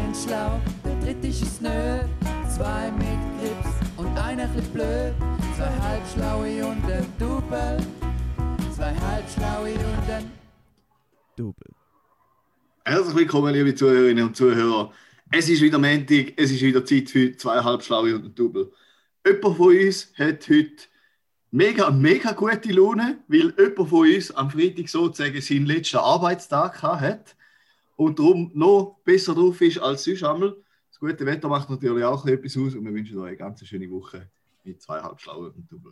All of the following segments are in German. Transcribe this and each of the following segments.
sind schlau, der dritte ist es nö. Zwei mit Grips und einer bisschen blöd. Zwei halbschlaue und ein Double. Zwei halbschlaue und ein Double. Herzlich willkommen, liebe Zuhörerinnen und Zuhörer. Es ist wieder Montag, es ist wieder Zeit für zwei halbschlaue und ein Double. Jemand von uns hat heute mega gute Laune, weil jemand von uns am Freitag sozusagen seinen letzten Arbeitstag hat und darum noch besser drauf ist als sonst einmal. Das gute Wetter macht natürlich auch etwas aus und wir wünschen euch eine ganz schöne Woche mit zwei halbschlauen und Double.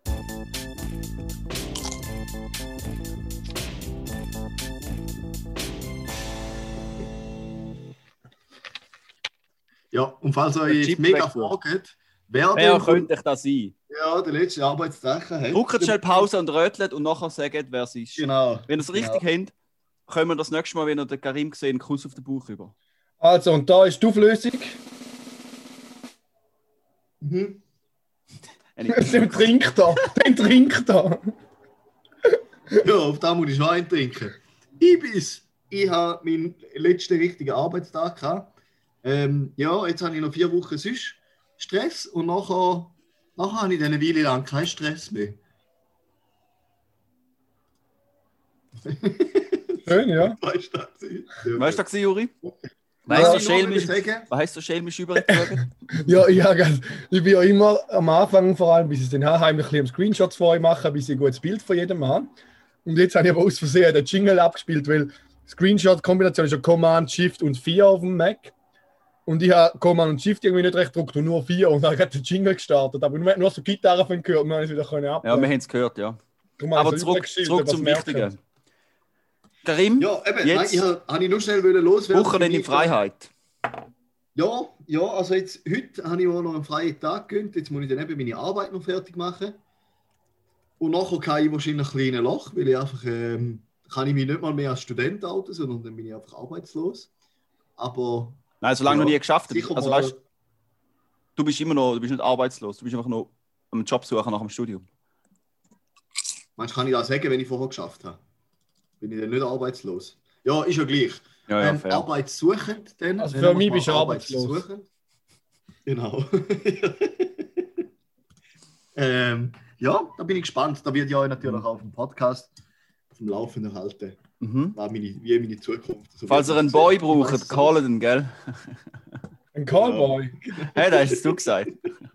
Ja, und falls euch jetzt mega fragt, wer könnte ich das sein? Ja, der letzte Arbeitstag hat. Drückt schnell Pause und rötelt und nachher sagt, wer es ist. Genau. Wenn ihr es richtig habt, können wir das nächste Mal, wenn ihr den Karim gesehen, einen Kuss auf den Bauch über. Also, und da ist die Auflösung. Mhm. Den trinkt er. Ja, auf da muss ich noch einen trinken. Ich habe meinen letzten richtigen Arbeitstag gehabt. Ja, jetzt habe ich noch 4 Wochen sonst Stress und nachher habe ich dann eine Weile lang keinen Stress mehr. Schön, ja. Weißt du das? Weißt du das, Juri? Was Weißt du, schelmisch übergetragen? Ja, ich bin ja immer am Anfang, vor allem bis ich den heimlich ein bisschen Screenshots vor euch mache, bis ich ein gutes Bild von jedem habe. Und jetzt habe ich aber aus Versehen den Jingle abgespielt, weil Screenshot-Kombination ist ja Command, Shift und 4 auf dem Mac. Und ich habe Command und Shift irgendwie nicht recht gedrückt und nur 4 und habe gerade den Jingle gestartet. Aber nur so Gitarre von gehört und dann habe ich es wieder ab. Ja, wir haben es gehört, ja. Aber zurück zum Wichtigen. Karim, ja, eben, jetzt habe ich nur schnell loswerden. Wochenende in Freiheit. Ja, also jetzt, heute habe ich auch noch einen freien Tag gegönnt. Jetzt muss ich dann eben meine Arbeit noch fertig machen. Und nachher kann ich wahrscheinlich ein kleines Loch, weil ich einfach, kann ich mich nicht mal mehr als Student outen, sondern dann bin ich einfach arbeitslos. Aber... Nein, solange du nie geschafft hast. Also mal, weißt, du bist nicht arbeitslos, du bist einfach noch einen Job suchen nach dem Studium. Meinst du, kann ich das sagen, wenn ich vorher geschafft habe? Bin ich dann nicht arbeitslos? Ja, ist ja gleich. Ja, Arbeitssuchend dann. Also für mich bist du arbeitslos. Genau. Ja, da bin ich gespannt. Da wird ja natürlich auf dem Podcast zum Laufen erhalten. Wie meine Zukunft. So falls ihr einen Boy braucht, callen den, gell? Ein Callboy? Hey, da hast du gesagt.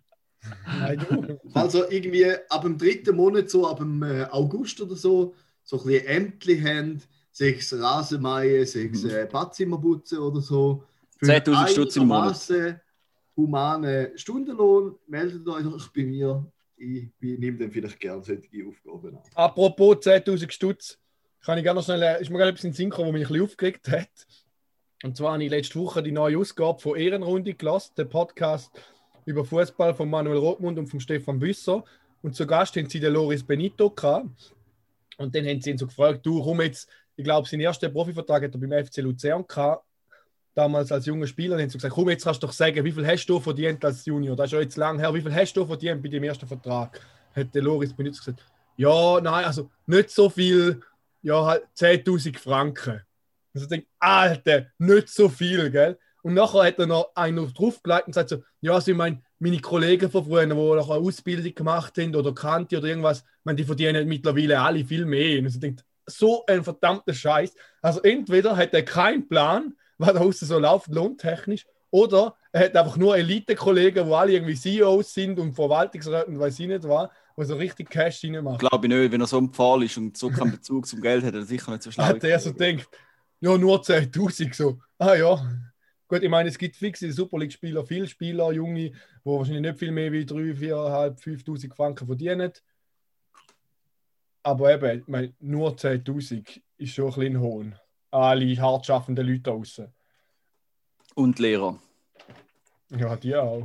Also irgendwie ab dem 3. Monat, so ab dem August oder so ein bisschen Ämtli haben, 6 Rasenmähen, 6 Badzimmer putzen oder so. 10.000 Stutz im Monat. Humane Stundenlohn, meldet euch doch bei mir. Ich nehme dann vielleicht gerne solche Aufgaben an. Apropos 10.000 Stutz, kann ich gerne noch schnell, ist mir gerade etwas in den Sinn gekommen, was mich ein bisschen aufgeregt hat. Und zwar habe ich letzte Woche die neue Ausgabe von Ehrenrunde gelassen, den Podcast über Fußball von Manuel Rothmund und von Stefan Büsser. Und zu Gast haben sie den Loris Benito gehabt. Und dann haben sie ihn so gefragt, du komm jetzt, ich glaube, seinen ersten Profivertrag hat er beim FC Luzern gehabt, damals als junger Spieler. Und dann haben sie gesagt, komm, jetzt kannst du doch sagen, wie viel hast du verdient als Junior? Das ist ja jetzt lang her, wie viel hast du verdient bei deinem ersten Vertrag? Hat der Loris Benito gesagt, ja, nein, also nicht so viel, ja, halt 10.000 Franken. Also ich denke, Alter, nicht so viel, gell? Und nachher hat er noch einen draufgelegt und sagt so, ja, also ich meine Kollegen von früher, die noch eine Ausbildung gemacht haben oder kannte oder irgendwas, die verdienen mittlerweile alle viel mehr. Und ich denke, so ein verdammter Scheiß. Also entweder hat er keinen Plan, was da außen so läuft, lohntechnisch, oder er hat einfach nur Elite-Kollegen, die alle irgendwie CEOs sind und Verwaltungsräte und weiß ich nicht was, die so richtig Cash reinmachen. Glaube ich nicht, wenn er so ein Pfahl ist und so keinen Bezug zum Geld hat, er sicher nicht so schlau. Hat er so gedacht, ja, nur 10.000 so. Ah ja. Gut, ich meine, es gibt fix in den Super League-Spieler viele Spieler, Junge, die wahrscheinlich nicht viel mehr wie 3.000, 4.500, 5.000 Franken verdienen. Aber eben, ich meine, nur 10.000 ist schon ein bisschen hohn. Alle hart schaffenden Leute draußen. Und Lehrer. Ja, die auch.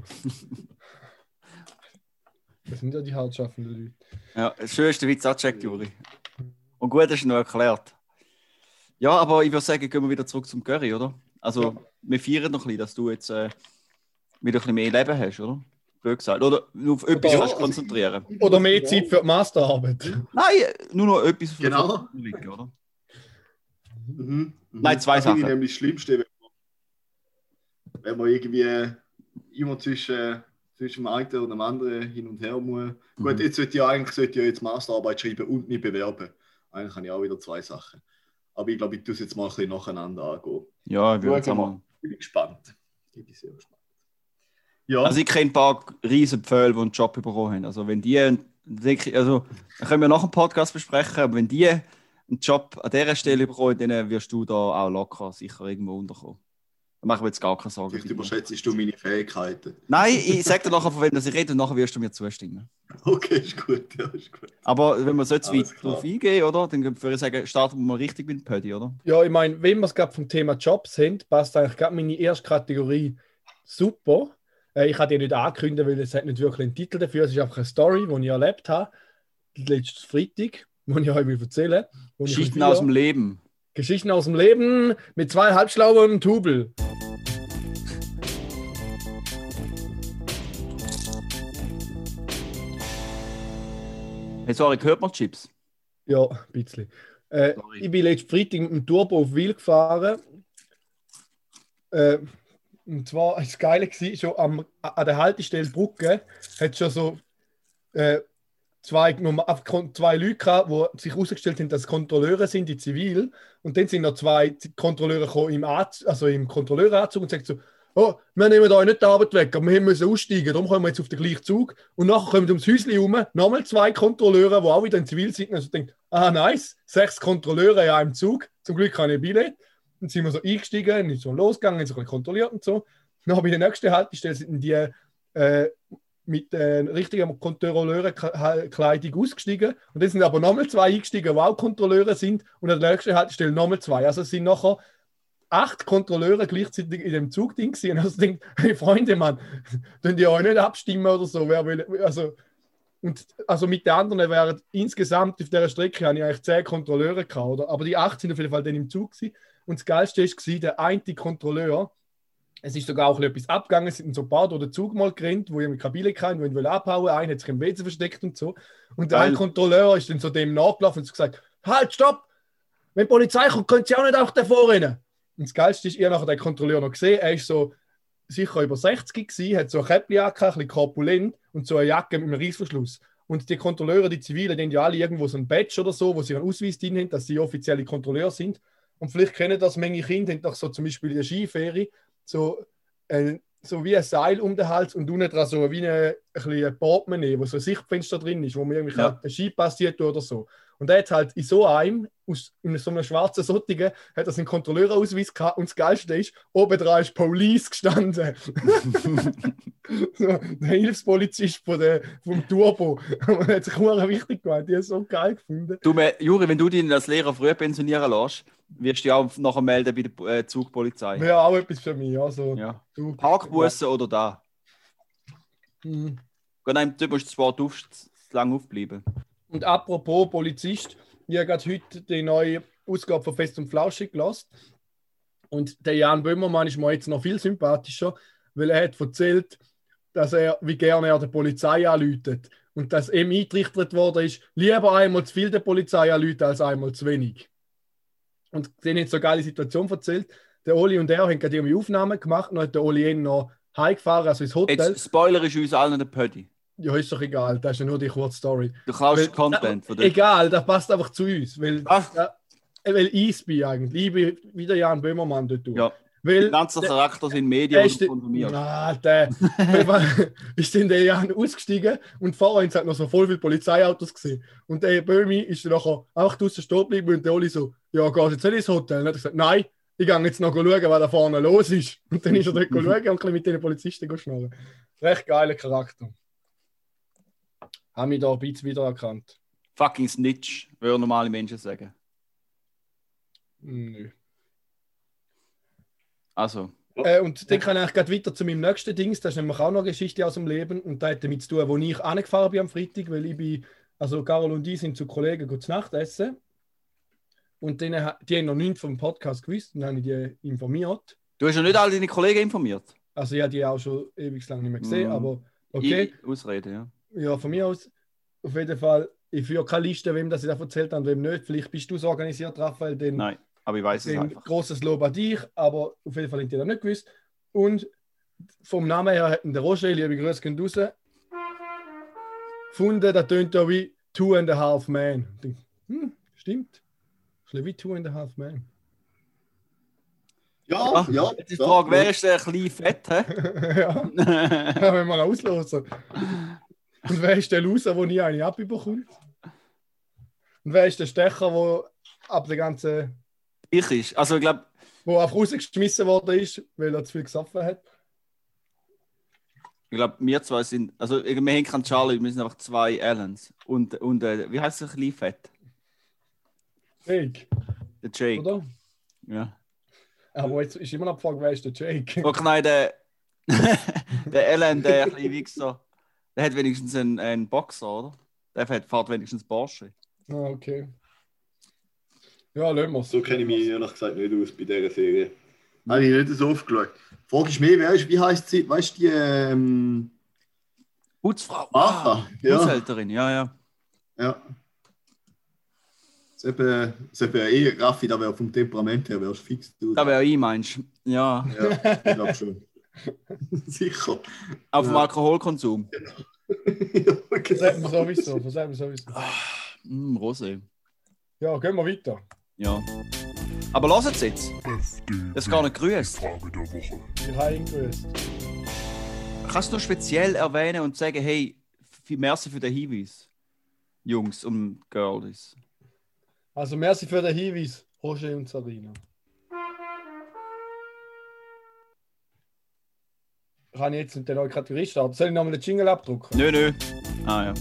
Das sind ja die hart schaffenden Leute. Ja, das schönste Witz abgecheckt, Juri. Und gut hast du noch erklärt. Ja, aber ich würde sagen, gehen wir wieder zurück zum Curry, oder? Also, wir feiern noch ein bisschen, dass du jetzt wieder ein bisschen mehr Leben hast, oder? Blöd gesagt. Oder nur auf etwas kannst konzentrieren. Oder mehr Zeit für die Masterarbeit. Nein, nur noch etwas für genau. die Liga, oder? Mhm. Nein, 2 Sachen. Das ist nämlich das Schlimmste. wenn man irgendwie immer zwischen dem einen und dem anderen hin und her muss. Gut, jetzt sollte ich jetzt Masterarbeit schreiben und mich bewerben. Eigentlich habe ich auch wieder 2 Sachen. Aber ich glaube, ich tue es jetzt mal ein bisschen nacheinander angehen. Ja, ich würde Schauen wir sagen. mal. Ich bin gespannt. Ich bin sehr gespannt. Ja, Also ich kenne ein paar riesen Pföhle, die einen Job bekommen haben. Also wenn die, also dann können wir nach dem Podcast besprechen, aber wenn die einen Job an dieser Stelle bekommen, dann wirst du da auch locker sicher irgendwo unterkommen. Da machen wir jetzt gar keine Sorgen. vielleicht überschätzt du meine Fähigkeiten. Nein, ich sage dir nachher, von wem ich rede und nachher wirst du mir zustimmen. Okay, ist gut. Ja, ist gut. Aber wenn wir so jetzt Alles weit klar. drauf eingehen, oder? Dann würde ich sagen, starten wir mal richtig mit dem Pödi, oder? Ja, ich meine, wenn wir es gerade vom Thema Jobs haben, passt eigentlich gerade meine erste Kategorie super. Ich habe die nicht angekündigt, weil es hat nicht wirklich einen Titel dafür. Es ist einfach eine Story, die ich erlebt habe. Letztes Freitag, die ich euch erzählen will. Geschichten aus dem Leben. Geschichten aus dem Leben mit 2 Halbschlauen und einem Tubel. Hey, sorry, hört man Chips? Ja, ein bisschen. Ich bin letzten Freitag mit dem Turbo auf Wil gefahren. Und zwar war es geil, schon an der Haltestelle Brücke hat es schon so 2 Leute gehabt, die sich herausgestellt haben, dass es Kontrolleure sind, die zivil. Und dann sind noch 2 Kontrolleure gekommen im Kontrolleuranzug und sagen so: Oh, wir nehmen euch nicht die Arbeit weg, aber wir müssen aussteigen, darum kommen wir jetzt auf den gleichen Zug. Und nachher kommen ums Häuschen herum nochmal 2 Kontrolleure, die auch wieder in Zivil sind. Und ich denke, nice, 6 Kontrolleure in einem Zug. Zum Glück habe ich ein Billett. Dann sind wir so eingestiegen, nicht so losgegangen, so ein bisschen kontrolliert und so. Dann bei der nächsten Haltestelle sind die mit richtiger Kontrolleurenkleidung ausgestiegen. Und dann sind aber nochmal 2 eingestiegen, die auch Kontrolleure sind. Und an der nächsten Haltestelle nochmal 2. Also es sind nachher 8 Kontrolleure gleichzeitig in dem Zugding gewesen. Also ich denke, hey Freunde, Mann, könnt ihr euch nicht abstimmen oder so. Wer will, also mit den anderen wären insgesamt auf dieser Strecke habe ich eigentlich 10 Kontrolleure gehabt, oder? Aber die 8 sind auf jeden Fall dann im Zug gewesen. Und das Geilste war, der eine Kontrolleur, es ist sogar auch etwas abgegangen, es sind so ein paar durch den Zug mal gerannt, wo ich mit Kabine kam, die wollen abhauen, einer hat sich im WC versteckt und so. Und der eine Kontrolleur ist dann so dem nachgelaufen und hat gesagt: Halt, stopp! Wenn die Polizei kommt, könnt ihr auch nicht auch davor rennen. Und das Geilste ist, ich habe nachher den Kontrolleur noch gesehen, er ist so sicher über 60 gewesen, hat so ein Käppli angehört, ein bisschen korpulent und so eine Jacke mit einem Reissverschluss. Und die Kontrolleure, die Zivilen, die haben ja alle irgendwo so ein Badge oder so, wo sie einen Ausweis drin haben, dass sie offizielle Kontrolleure sind. Und vielleicht kennen das manche Kinder, haben doch so zum Beispiel in der Skiferie so wie ein Seil um den Hals und unten dran so wie ein Portemonnaie, wo so ein Sichtfenster drin ist, wo man irgendwie ein Ski passiert oder so. Und er hat halt in so einem, in so einem schwarzen Sottigen, hat er seinen Kontrolleurausweis gehabt und das Geilste ist, oben dran ist Police gestanden. So, der Hilfspolizist vom Turbo. Und er hat sich sehr wichtig gemacht, die haben es so geil gefunden. Du, Juri, wenn du dich als Lehrer früh pensionieren lässt, wirst du dich auch nachher melden bei der Zugpolizei. Ja, auch etwas für mich. Also, ja. Parkbusse oder da? Mhm. Nein, du musst zwar lang aufbleiben. Und apropos Polizist, ich habe gerade heute die neue Ausgabe von Fest und Flauschig gelassen. Und der Jan Böhmermann ist mir jetzt noch viel sympathischer, weil er hat erzählt, wie gerne er der Polizei anruft. Und dass ihm eingetrichtert worden ist, lieber einmal zu viel der Polizei anrufen als einmal zu wenig. Und denen hat so eine geile Situation erzählt. Der Oli und er haben gerade ihre Aufnahmen gemacht, dann hat der Oli noch heimgefahren, also ins Hotel. Jetzt Spoiler ist uns allen der Pödi. Ja, ist doch egal, das ist ja nur die kurze Story. Du kannst Content von dem. Egal, das passt einfach zu uns. Weil ich bin eigentlich. Ich bin wieder Jan Böhmermann dort. Ja. Weil der ganze Charakter sind Medien, die du konsumierst. Der ist in den Jahren ausgestiegen und vorher hat noch so voll viele Polizeiautos gesehen. Und der Böhmi ist dann nachher auch draußen stehen geblieben und der Oli so: Ja, gehst du jetzt nicht ins Hotel? Und er hat gesagt: Nein, ich gehe jetzt noch schauen, was da vorne los ist. Und dann ist er dort schauen und mit den Polizisten schnallen. Recht geiler Charakter. Haben mich da ein bisschen wiedererkannt. Fucking Snitch, würden normale Menschen sagen. Nö. Also. Und dann kann ich gerade weiter zu meinem nächsten Dings. Das ist nämlich auch noch eine Geschichte aus dem Leben. Und das hat damit zu tun, wo ich angefahren bin am Freitag, weil Carol und ich sind zu Kollegen zu Nacht essen. Und die haben noch nichts vom Podcast gewusst. Dann habe ich die informiert. Du hast ja nicht alle deine Kollegen informiert? Also ich habe die auch schon ewig lang nicht mehr gesehen, aber okay. Ausrede, ja. Ja, von mir aus. Auf jeden Fall, ich führe keine Liste, wem das ich da erzählt habe und wem nicht. Vielleicht bist du es organisiert, Raphael. Nein, aber ich weiß es einfach. Großes Lob an dich, aber auf jeden Fall haben die das nicht gewusst. Und vom Namen her hätten der Roger, liebe Grüße, gehen raus, gefunden, das tönt ja wie 2.5 Men. Ich denke, stimmt. Das ist wie 2.5 Men. Ja. Jetzt ist die Frage, wer ist der kleine Fett? Hä? Ja, ja, wenn wir auslosen. Und wer ist der Loser, der nie eine abbekommt? Und wer ist der Stecher, der ab der ganzen... Ich ist. Also ich glaube... Wo einfach rausgeschmissen worden ist, weil er zu viel gesoffen hat? Ich glaube, wir zwei sind... Also wir haben keinen Charlie, wir sind einfach 2 Allens. Und wie heißt der kleine Fett? Jake. Der Jake. Oder? Ja. Aber jetzt ist immer noch die Frage, wer ist der Jake? Oh nein, der Allen, der kleine Wichser, der hat wenigstens einen Boxer, oder? Der fährt wenigstens Porsche. Ah, okay. Ja, lassen wir es. So kenne ich mich ehrlich gesagt nicht aus bei dieser Serie. Habe ich nicht so aufgeschaut. Die Frage ist mehr, wie heisst sie? Weißt du, die. Putzfrau. Ja. Haushälterin, ja. Ja. Das wäre Raffi, da wäre vom Temperament her wärst fix. Da wäre ich, meinst du? Ja. Ja, ich glaube schon. Sicher. Auf dem Alkoholkonsum. Das hat man sowieso. Rosé. Ja, gehen wir weiter. Ja. Aber lasst es jetzt. Das ist gar nicht grüßt. Ich habe ihn grüßt. Kannst du noch speziell erwähnen und sagen, hey, merci für den Hinweis, Jungs und Girls. Also, merci für den Hinweis, Roger und Sarina. Kann ich jetzt in der neuen Kategorie starten? Soll ich nochmal den Jingle abdrucken? Nö. Ah ja.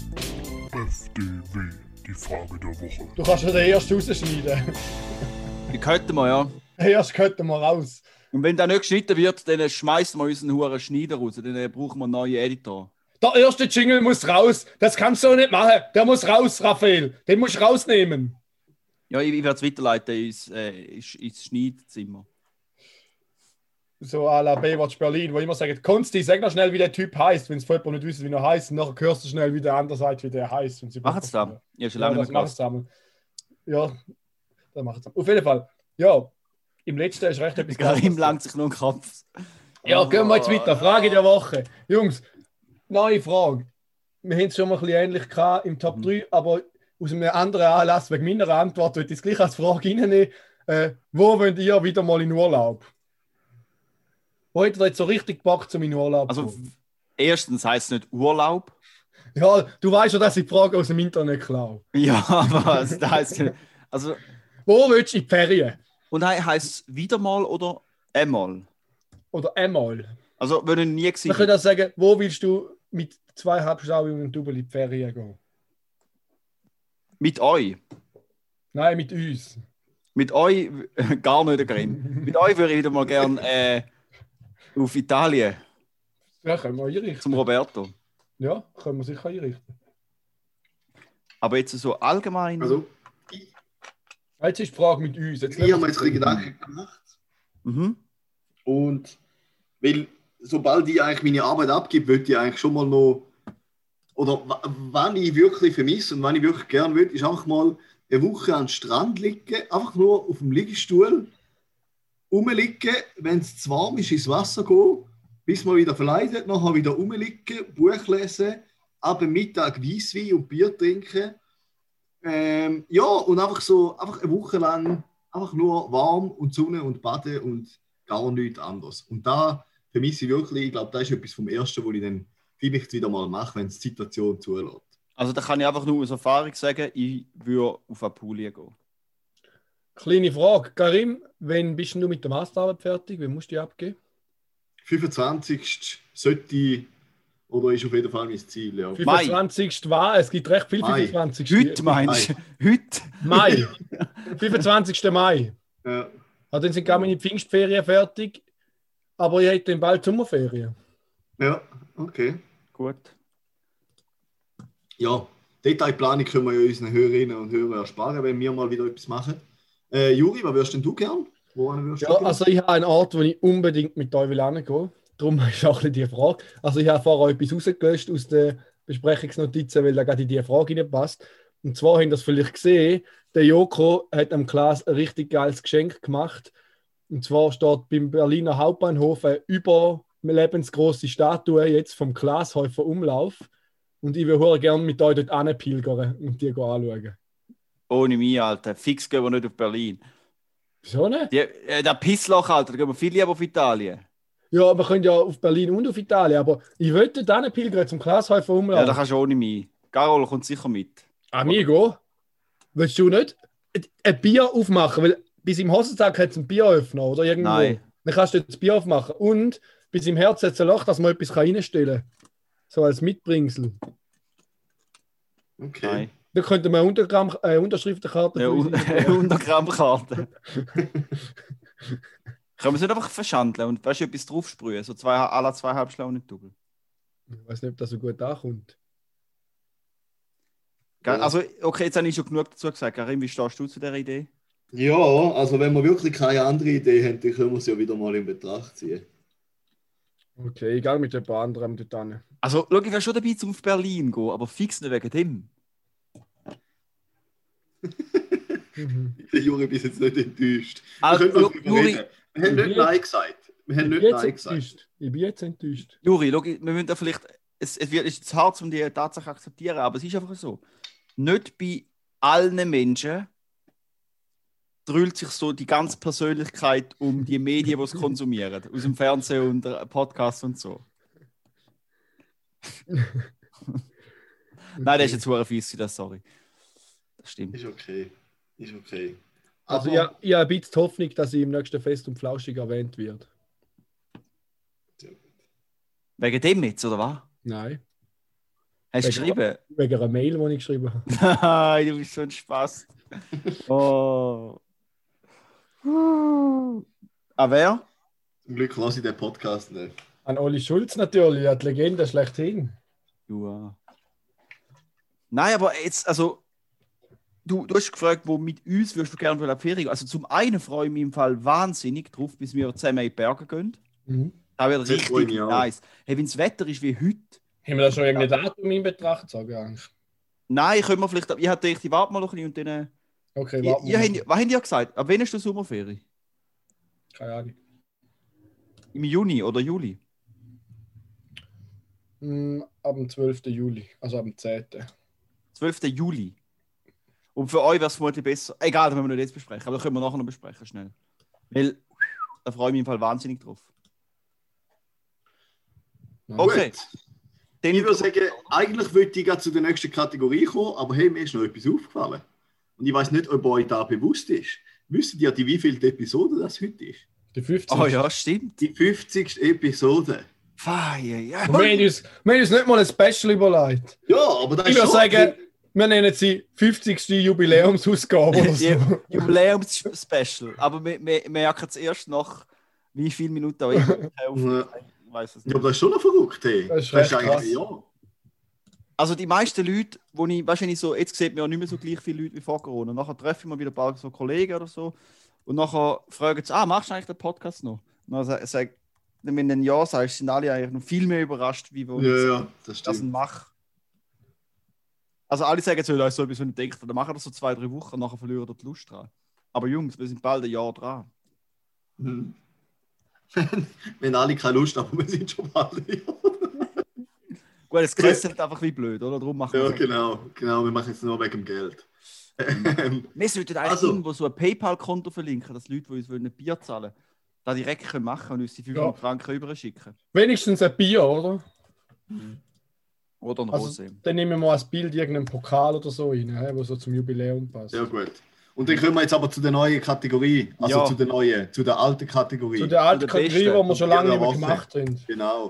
FDW, die Frage der Woche. Du kannst schon den ersten rausschneiden. Die könnten wir, ja. Den ersten könnten wir raus. Und wenn der nicht geschnitten wird, dann schmeißen wir unseren Huren Schneider raus. Dann brauchen wir einen neuen Editor. Der erste Jingle muss raus. Das kannst du nicht machen. Der muss raus, Raphael. Den musst du rausnehmen. Ja, ich werde es weiterleiten ins Schneidzimmer. So à la Baywatch Berlin, wo immer sagen, Konsti, sag noch schnell, wie der Typ heißt, wenn es vorher nicht wissen, wie er heißt. Und nachher hörst du schnell, wie der andere sagt, wie der heißt. Machen es da? Ja, schon Ja, lange das nicht machen sie einmal. Ja, das machen sie. Auf jeden Fall. Ja, im letzten ist recht etwas Karim langt sich nur den Kopf. Ja, gehen wir jetzt weiter. Frage der Woche. Jungs, neue Frage. Wir haben es schon mal ein bisschen ähnlich gehabt im Top 3, aber aus einem anderen Anlass, wegen meiner Antwort, würde ich es gleich als Frage reinnehmen. Wo wollt ihr wieder mal in Urlaub? Wo hättet ihr jetzt so richtig Bock zum in Urlaub zu Also, gehen? erstens heisst es nicht Urlaub. Ja, du weißt schon, dass ich die Frage aus dem Internet klaue. Ja, aber das heisst. Also, Wo willst du in die Ferien? und heisst es wieder mal oder einmal? Oder einmal? Also, wenn ich nie Man gesehen könnte auch sagen, wo willst du mit 2 Halbschlauen und einem Double in die Ferien gehen? mit euch. Nein, mit uns. Mit euch gar nicht, Grimm. Mit euch würde ich wieder mal gerne auf Italien Ja, können wir einrichten. zum Roberto. Ja, können wir sicher einrichten. Aber jetzt so allgemein. Also, Jetzt ist die Frage mit uns. Jetzt ich habe mir jetzt ein bisschen Gedanken gemacht. Mhm. Und weil, sobald ich eigentlich meine Arbeit abgebe, würde ich eigentlich schon mal noch. Oder wann ich wirklich vermisse und wann ich wirklich gerne will, ist einfach mal eine Woche an den Strand liegen, einfach nur auf dem Liegestuhl, rumliegen, wenn es zu warm ist, ins Wasser gehen, bis man wieder verleidet, nachher wieder rumliegen, Buch lesen, ab dem Mittag Weisswein und Bier trinken. Ja, und einfach eine Woche lang einfach nur warm und Sonne und baden und gar nichts anderes. Und da vermisse ich wirklich, ich glaube, das ist etwas vom Ersten, was ich dann vielleicht wieder mal mache, wenn es die Situation zulässt. Also da kann ich einfach nur aus Erfahrung sagen, ich würde auf Apulia gehen. Kleine Frage. Karim, wann bist du mit der Masterarbeit fertig? Wann musst du die abgeben? 25. sollte oder ist auf jeden Fall mein Ziel. Ja. 25. war, es gibt recht viel Mai. 25. Heute meinst du? Heute? Mai. 25. Mai. Ja. Also dann sind gar meine Pfingstferien fertig, aber ich hätte dann bald Sommerferien. Ja, okay. Gut. Ja, Detailplanung können wir ja unseren Hörerinnen und Hörern ersparen, wenn wir mal wieder etwas machen. Juri, was würdest denn du gern? Ja, also ich habe einen Ort, wo ich unbedingt mit euch hingehen will. Darum ist auch ein bisschen die Frage. Also ich habe vorher etwas rausgelöscht aus den Besprechungsnotizen, weil da gerade in die Frage reinpasst. Und zwar habt ihr das vielleicht gesehen, der Joko hat am Klaas ein richtig geiles Geschenk gemacht. Und zwar steht beim Berliner Hauptbahnhof eine lebensgroße Statue jetzt vom Glashäufer Umlauf. Und ich würde gerne mit euch dort hinpilgern und die anschauen. Ohne mich, Alter. Fix gehen wir nicht auf Berlin. Wieso nicht? Der Pissloch, Alter, da gehen wir viel lieber auf Italien. Ja, wir können ja auf Berlin und auf Italien, aber ich wollte dort hinpilgern zum Glashäufer Umlauf. Ja, da kannst du ohne mich. Carol kommt sicher mit. Amigo, willst du nicht ein Bier aufmachen? Weil bis im Hosensack hat es ein Bieröffner, oder? Irgendwo. Nein. Dann kannst du das Bier aufmachen. Und bis im Herz hat es ein Loch, dass man etwas reinstellen kann. So als Mitbringsel. Okay. Nein. Da könnte man eine Unterschriftenkarte Ja, für uns einnehmen. Untergrammkarte. Können wir es nicht einfach verschandeln und weißt du, etwas draufsprühen? So alle 2,5 Schlauen-Double. Ich weiß nicht, ob das so gut ankommt. Also, okay, jetzt habe ich schon genug dazu gesagt. Karim, wie stehst du zu dieser Idee? Ja, also wenn wir wirklich keine andere Idee haben, dann können wir es ja wieder mal in Betracht ziehen. Okay, egal mit jemand anderem dort hin. Also, schau, ich wäre schon dabei, zum auf Berlin zu gehen, aber fix nicht wegen dem. Der Juri bis jetzt nicht enttäuscht. Also, Wir können noch drüber Juri- reden. Wir haben nicht Nein gesagt. Wir haben nicht Nein gesagt. Ich bin jetzt enttäuscht. Juri, schau, wir müssen da vielleicht. Es ist jetzt hart, um die Tatsache zu akzeptieren, aber es ist einfach so. Nicht bei allen Menschen drüllt sich so die ganze Persönlichkeit um die Medien, die es konsumieren. Aus dem Fernsehen und Podcasts und so. Nein, das ist jetzt hure fies, das, sorry. Das stimmt. Ist okay. Ist okay. Also Aber- ich habe ein bisschen die Hoffnung, dass ich im nächsten Fest und Flauschig erwähnt wird. Wegen dem jetzt, oder was? Nein. Hast du geschrieben? Wegen einer Mail, die ich geschrieben habe. Nein, du bist so ein Spaß. Oh. Ah, wer? Zum Glück lasse ich den Podcast nicht. An Oli Schulz natürlich, ja, die Legende schlechthin. Ja. Nein, aber jetzt, also, du hast gefragt, wo mit uns würdest du gerne auf die Ferien gehen. Also zum einen freue ich mich im Fall wahnsinnig drauf, bis wir zusammen in die Berge gehen. Mhm. Das wird Das freue ich richtig mich auch. nice. Hey, wenn das Wetter ist wie heute, Haben wir da schon irgendein Datum in Betracht gezogen? nein, können wir vielleicht, ich hatte gedacht, ich warte mal noch ein bisschen und dann... Okay, warten wir. Was habt ihr gesagt? Ab wann hast du Sommerferien? Keine Ahnung. Im Juni oder Juli? Ab dem 12. Juli, also ab dem 10. 12. Juli. Und für euch wäre es vermutlich besser. Egal, das müssen wir nicht jetzt besprechen, aber das können wir nachher noch besprechen, schnell. Weil, da freue ich mich im Fall wahnsinnig drauf. Okay. Gut. Dann Ich würde sagen, eigentlich wollte ich gerade zu der nächsten Kategorie kommen, aber hey, mir ist noch etwas aufgefallen. Und ich weiß nicht, ob euch da bewusst ist. Wisst ihr, die wievielte Episode das heute ist? Die 50. Oh ja, stimmt. Die 50. Episode. Feier, ja. Und wir haben uns nicht mal ein Special überlegt. Ja, aber das Ich ist würde sagen, wir nennen sie 50. Jubiläumsausgabe oder so. Jubiläums-Special. Aber wir merken es erst nach wie viele Minuten auch immer. Ich weiß es Ja, nicht. aber das ist schon noch verrückt, hey. Das ist recht eigentlich, krass. ja. Also die meisten Leute, wo ich wahrscheinlich so, jetzt sieht man ja nicht mehr so gleich viele Leute wie vor Corona. Nachher treffe ich mal wieder ein paar so Kollegen oder so. Und nachher fragen sie, machst du eigentlich den Podcast noch? Und dann sage ich, wenn du ein Ja sagst, sind alle eigentlich noch viel mehr überrascht, wie wir Ja, das das stimmt. machen. Also alle sagen jetzt, da ist so etwas, wenn ich denke, dann machen wir das so 2-3 Wochen, nachher verlieren wir die Lust dran. Aber Jungs, wir sind bald ein Jahr dran. Mhm. Wenn alle keine Lust haben, wir sind schon bald. Gut, es kostet einfach wie blöd, oder? Darum machen Ja, wir genau. Wir machen es nur wegen dem Geld. Wir sollten eigentlich Also- irgendwo so ein PayPal-Konto verlinken, dass Leute, die uns ein Bier zahlen, da direkt können machen und uns die 500 Ja. Franken überschicken. Wenigstens ein Bier, oder? Oder ein Also, Rosé. dann nehmen wir als Bild irgendeinen Pokal oder so rein, wo so zum Jubiläum passt. Sehr gut. Und dann kommen wir jetzt aber zu der neuen Kategorie. Also Ja. zu der alten Kategorie. Zu der alten Zu der Kategorie, besten. die wir schon lange Ja, nicht mehr Woche. gemacht haben. Genau.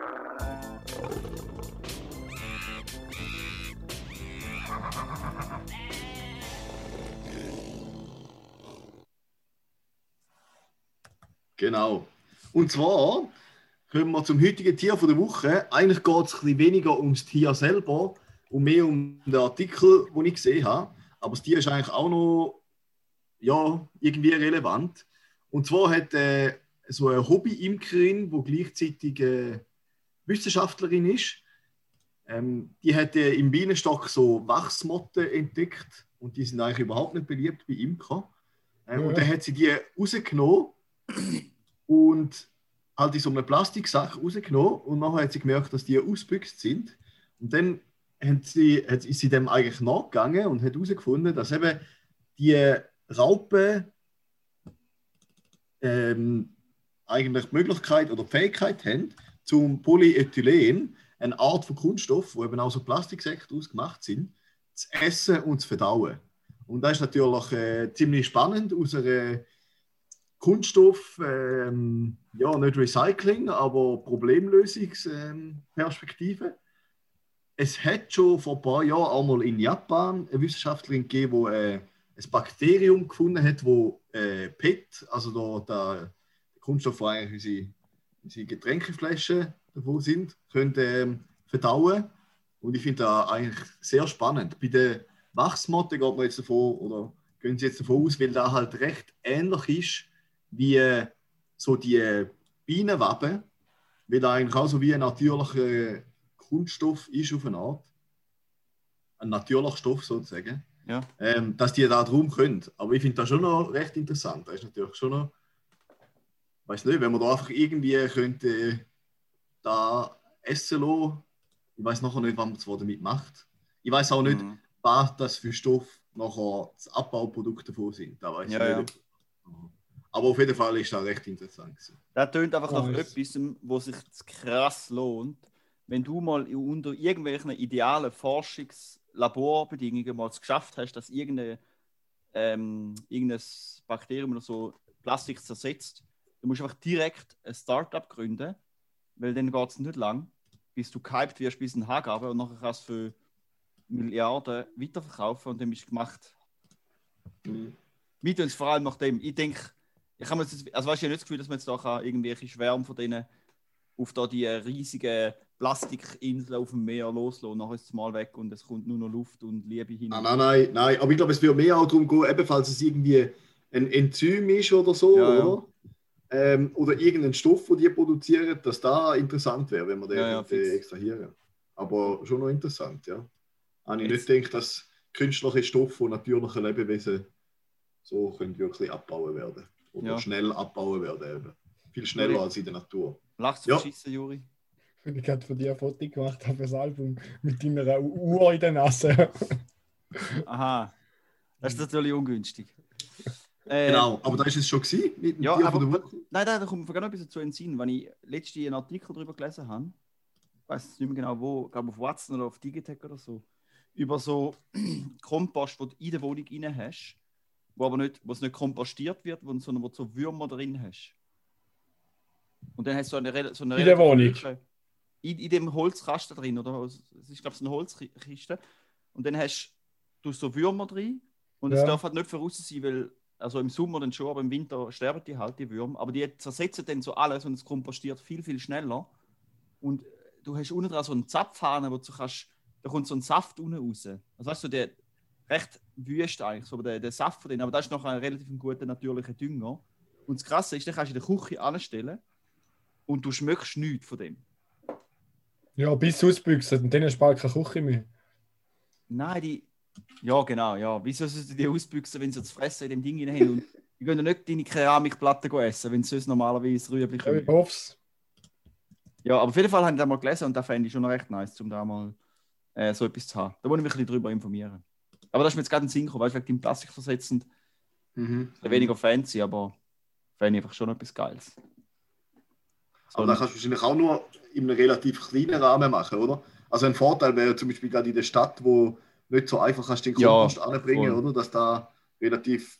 Genau. Und zwar kommen wir zum heutigen Tier von der Woche. Eigentlich geht es ein bisschen weniger ums Tier selber und mehr um den Artikel, den ich gesehen habe. Aber das Tier ist eigentlich auch noch irgendwie relevant. Und zwar hat so eine Hobby-Imkerin, die gleichzeitig Wissenschaftlerin ist, die hat im Bienenstock so Wachsmotten entdeckt und die sind eigentlich überhaupt nicht beliebt bei Imker. Und dann hat sie die rausgenommen und halt in so einem Plastiksack rausgenommen und nachher hat sie gemerkt, dass die ausgebüxt sind. Und dann ist sie dem eigentlich nachgegangen und hat herausgefunden, dass eben die Raupen eigentlich die Möglichkeit oder die Fähigkeit haben, zum Polyethylen, eine Art von Kunststoff, wo eben auch so Plastiksäcke daraus gemacht sind, zu essen und zu verdauen. Und das ist natürlich ziemlich spannend aus einer Kunststoff, ja, nicht Recycling, aber Problemlösungsperspektive. Es hat schon vor ein paar Jahren auch mal in Japan eine Wissenschaftlerin gegeben, die ein Bakterium gefunden hat, wo PET, also der Kunststoff, wo eigentlich unsere Getränkeflaschen davon sind, können verdauen. Und ich finde das eigentlich sehr spannend. Bei der Wachsmotte geht man jetzt davon, oder gehen Sie jetzt davon aus, weil das halt recht ähnlich ist wie so die Bienenwaben, weil das eigentlich auch so wie ein natürlicher Kunststoff ist auf eine Art. Ein natürlicher Stoff sozusagen. Ja. Dass die da drum können. Aber ich finde das schon noch recht interessant. Das ist natürlich schon noch, weiß nicht, wenn man da einfach irgendwie könnte da essen lassen, ich weiß nachher nicht, was man zwar damit macht. Ich weiß auch nicht, was das für Stoff nachher das Abbauprodukt davon sind. Da weiß ich nicht. Aber auf jeden Fall ist das recht interessant. Das tönt einfach nach etwas, wo sich krass lohnt, wenn du mal unter irgendwelchen idealen Forschungslaborbedingungen mal es geschafft hast, dass irgendein Bakterium oder so Plastik zersetzt, du musst einfach direkt ein Startup gründen, weil dann geht es nicht lang, bis du gehypt wirst bis ein Haargabe und nachher kannst du für Milliarden weiterverkaufen und dann bist du gemacht. Wir tun es vor allem nach dem. Ich denke, ich habe jetzt, also weißt du, nicht das Gefühl, dass man jetzt da irgendwelche Schwärme von denen auf da die riesigen Plastikinseln auf dem Meer loslassen und nachher ist es mal weg und es kommt nur noch Luft und Liebe hin. Nein. Aber ich glaube, es wird mehr auch darum gehen, ebenfalls es irgendwie ein Enzym ist oder so, oder? Oder irgendein Stoff, den die produzieren, dass da interessant wäre, wenn wir den extrahieren. Aber schon noch interessant, ja. Habe ich nicht gedacht, dass künstliche Stoffe von natürlichen Lebewesen so können wirklich abbauen werden. Oder schnell abbauen werden. Eben. Viel schneller als in der Natur. Lachst du verschissen, Juri? Ich habe von dir ein Foto gemacht für das Album mit deiner Uhr in der Nase. Aha, das ist natürlich ungünstig. Genau, aber da ist es schon gewesen, mit dem ja, Tier aber, von der Woche. Nein, da kommt mir noch etwas zu entziehen. Wenn ich letztens einen Artikel darüber gelesen habe, ich weiß nicht mehr genau wo, ich glaube auf Watson oder auf Digitech oder so, über so Kompost, den du in der Wohnung rein hast, wo es nicht kompostiert wird, sondern wo du so Würmer drin hast. Und dann hast du so eine in der Wohnung? In dem Holzkasten drin, oder? Es ist, glaube ich, eine Holzkiste. Und dann hast du so Würmer drin und es darf halt nicht voraus sein, weil also im Sommer dann schon, aber im Winter sterben die halt, die Würmer. Aber die zersetzen dann so alles und es kompostiert viel, viel schneller. Und du hast unten dran so einen Zapfhahn, wo du kannst, da kommt so ein Saft unten raus. Also weißt du, der recht wüst eigentlich, so der Saft von denen, aber das ist noch ein relativ guter natürlicher Dünger. Und das Krasse ist, den kannst du in der Küche anstellen und du schmeckst nichts von dem. Ja, bis ausbüchsen und dann hast du bald keine Küche mehr. Nein, ja, genau, ja. Wieso sollst du die ausbüchsen, wenn sie das Fressen in dem Ding rein haben? Und die gehen ja nicht deine Keramikplatte essen, wenn sie sonst normalerweise Rüebli können. Ich hoffe es. Ja, aber auf jeden Fall habe ich das mal gelesen und das fände ich schon noch recht nice, um da mal so etwas zu haben. Da muss ich mich ein bisschen drüber informieren. Aber das ist mir jetzt gerade ein Sinn gekommen, weißt du, wegen dem Plastik versetzend. Weniger fancy, aber fände ich einfach schon etwas Geiles. So, aber das kannst du wahrscheinlich auch nur in einem relativ kleinen Rahmen machen, oder? Also ein Vorteil wäre zum Beispiel gerade in der Stadt, wo nicht so einfach kannst den Kompost anbringen, oder? Dass da relativ,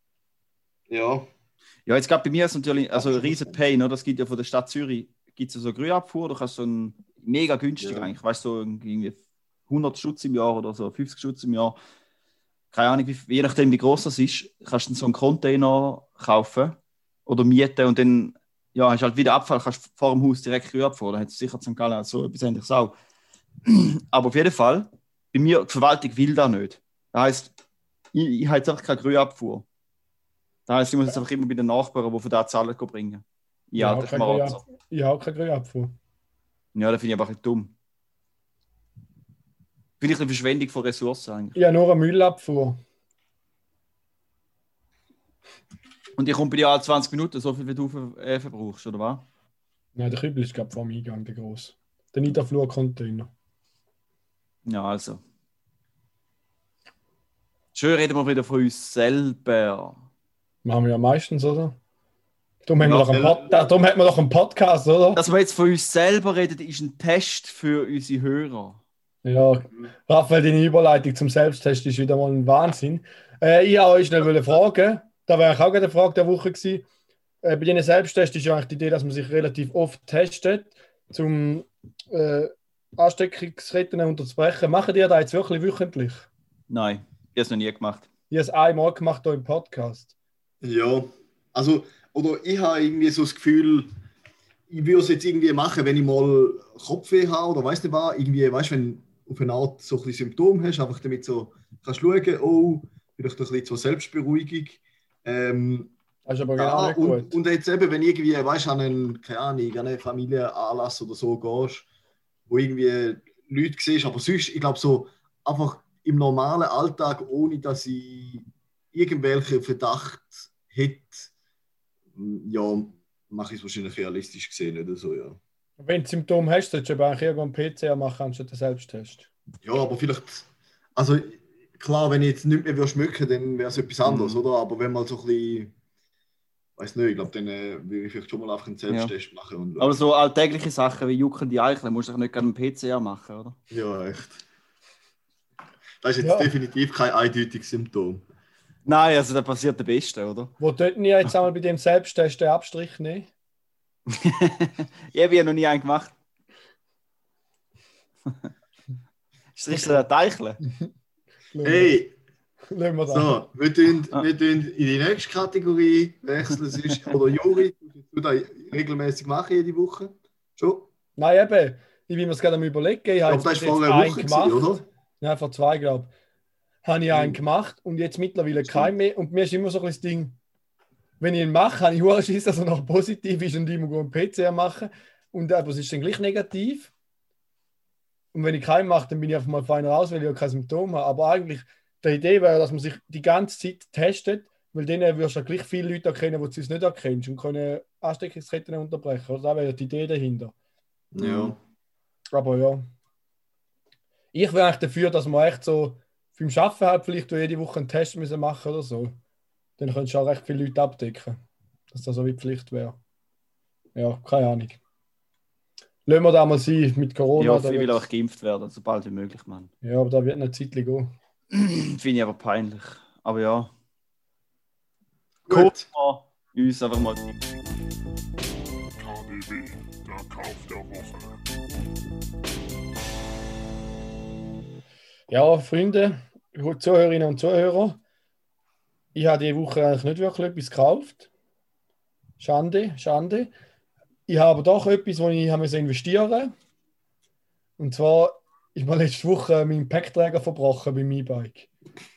ja, jetzt gerade bei mir ist es natürlich also ein riesen Pain, oder? Es gibt ja von der Stadt Zürich gibt es so Grünabfuhr, du kannst so ein mega günstig eigentlich, weißt du, so irgendwie 100 Stutz im Jahr oder so 50 Stutz im Jahr. Keine Ahnung, je nachdem wie groß das ist, kannst du so einen Container kaufen oder mieten und dann hast halt wieder Abfall, kannst vor dem Haus direkt Grünabfuhr, dann hat es sicher St. Gallen so etwas Ähnliches auch. Aber auf jeden Fall, bei mir, die Verwaltung will das nicht. Das heisst, ich habe jetzt einfach keine Grünabfuhr. Das heisst, ich muss jetzt einfach immer bei den Nachbarn, die von da Zahlen bringen. Ich habe keine Grünabfuhr. Ja, das finde ich einfach nicht dumm. Finde ich eine Verschwendung von Ressourcen eigentlich. Ich habe nur eine Müllabfuhr. Und die kommt bei dir alle 20 Minuten, so viel wie du verbrauchst, oder was? Nein, der Kübel ist, glaube ich, vor dem Eingang, der grosse. Der Niederflur-Container. Ja, also. Schön reden wir wieder von uns selber. Machen wir ja meistens, oder? Darum haben, Ja, darum hat man doch einen Podcast, oder? Dass wir jetzt von uns selber reden, ist ein Test für unsere Hörer. Ja, Raphael, deine Überleitung zum Selbsttest ist wieder mal ein Wahnsinn. Ich wollte euch schnell fragen, da wäre auch gerade eine Frage der Woche gewesen. Bei diesen Selbsttests ist ja eigentlich die Idee, dass man sich relativ oft testet, um Ansteckungsketten unterzubrechen. Machen die das jetzt wirklich wöchentlich? Nein, ich habe es noch nie gemacht. Ich habe es einmal gemacht hier im Podcast. Ja, also, oder ich habe irgendwie so das Gefühl, ich würde es jetzt irgendwie machen, wenn ich mal Kopfweh habe oder weiss nicht was, irgendwie, weißt du, wenn du auf eine Art so ein bisschen Symptome hast, einfach damit so kannst schauen, oh, vielleicht ein bisschen so Selbstberuhigung. Das ist aber Ja, genau nicht gut. und jetzt eben, wenn irgendwie, weißt du, an einen, keine Ahnung, an einen Familienanlass oder so gehst, wo irgendwie Leute siehst, aber sonst, ich glaube, so einfach im normalen Alltag, ohne dass ich irgendwelchen Verdacht hätte, ja, mache ich es wahrscheinlich realistisch gesehen oder so, ja. Wenn du Symptome hast, solltest du aber eigentlich irgendwo einen PCR machen, anstatt den Selbsttest. Ja, aber vielleicht, also klar, wenn ich jetzt nicht mehr schmücken würde, dann wäre es etwas anderes, oder? Aber wenn man so ein bisschen, weiß nicht, ich glaube, dann würde ich vielleicht schon mal einfach einen Selbsttest machen. Und Aber so alltägliche Sachen wie juckende Eichel, musst du doch nicht gerne einen PCR machen, oder? ja, echt. Das ist jetzt Ja. definitiv kein eindeutiges Symptom. Nein, also da passiert der Beste, oder? Wo sollten wir jetzt einmal bei dem Selbsttest den Abstrich nehmen? Ich habe ja noch nie einen gemacht. Ist das richtig der Teichle? Hey, Lassen wir das. so, wir tun in die nächste Kategorie wechseln. Sonst, oder Juri, du das regelmäßig machen jede Woche? Schon? Nein, eben. Ich will mir es gerade am Überlegen. Ich Ich habe glaube, das jetzt war vor bis einer jetzt Woche, einen gewesen, gemacht. oder? Nein, vor 2, glaube ich. Habe ich einen gemacht und jetzt mittlerweile keinen mehr. Und mir ist immer so ein bisschen das Ding, wenn ich ihn mache, habe ich hohen Schiss, dass er noch positiv ist und ich muss einen PCR machen. Aber es ist dann gleich negativ. Und wenn ich keinen mache, dann bin ich einfach mal feiner aus, weil ich ja kein Symptom habe. Aber eigentlich, die Idee wäre, dass man sich die ganze Zeit testet, weil dann wirst du ja gleich viele Leute erkennen, die du es nicht erkennst und können Ansteckungsketten unterbrechen. Also, das wäre ja die Idee dahinter. Ja. Aber ja. Ich wäre eigentlich dafür, dass wir echt so beim Arbeiten halt vielleicht jede Woche einen Test müssen machen oder so. Dann könntest du auch recht viele Leute abdecken. Dass das so wie Pflicht wäre. Ja, keine Ahnung. Lassen wir da mal sein mit Corona. Ja, ich da will wird's- auch geimpft werden, so bald wie möglich, Mann. Ja, aber da wird eine Zeit gehen. Finde ich aber peinlich. Aber ja. Gut. Uns einfach mal. KDW, der Kauf der Woche. Ja, Freunde, Zuhörerinnen und Zuhörer, ich habe diese Woche eigentlich nicht wirklich etwas gekauft. Schande, schade. Ich habe aber doch etwas, wo ich investieren musste. Und zwar ist mir letzte Woche mein Packträger verbrochen beim E-Bike.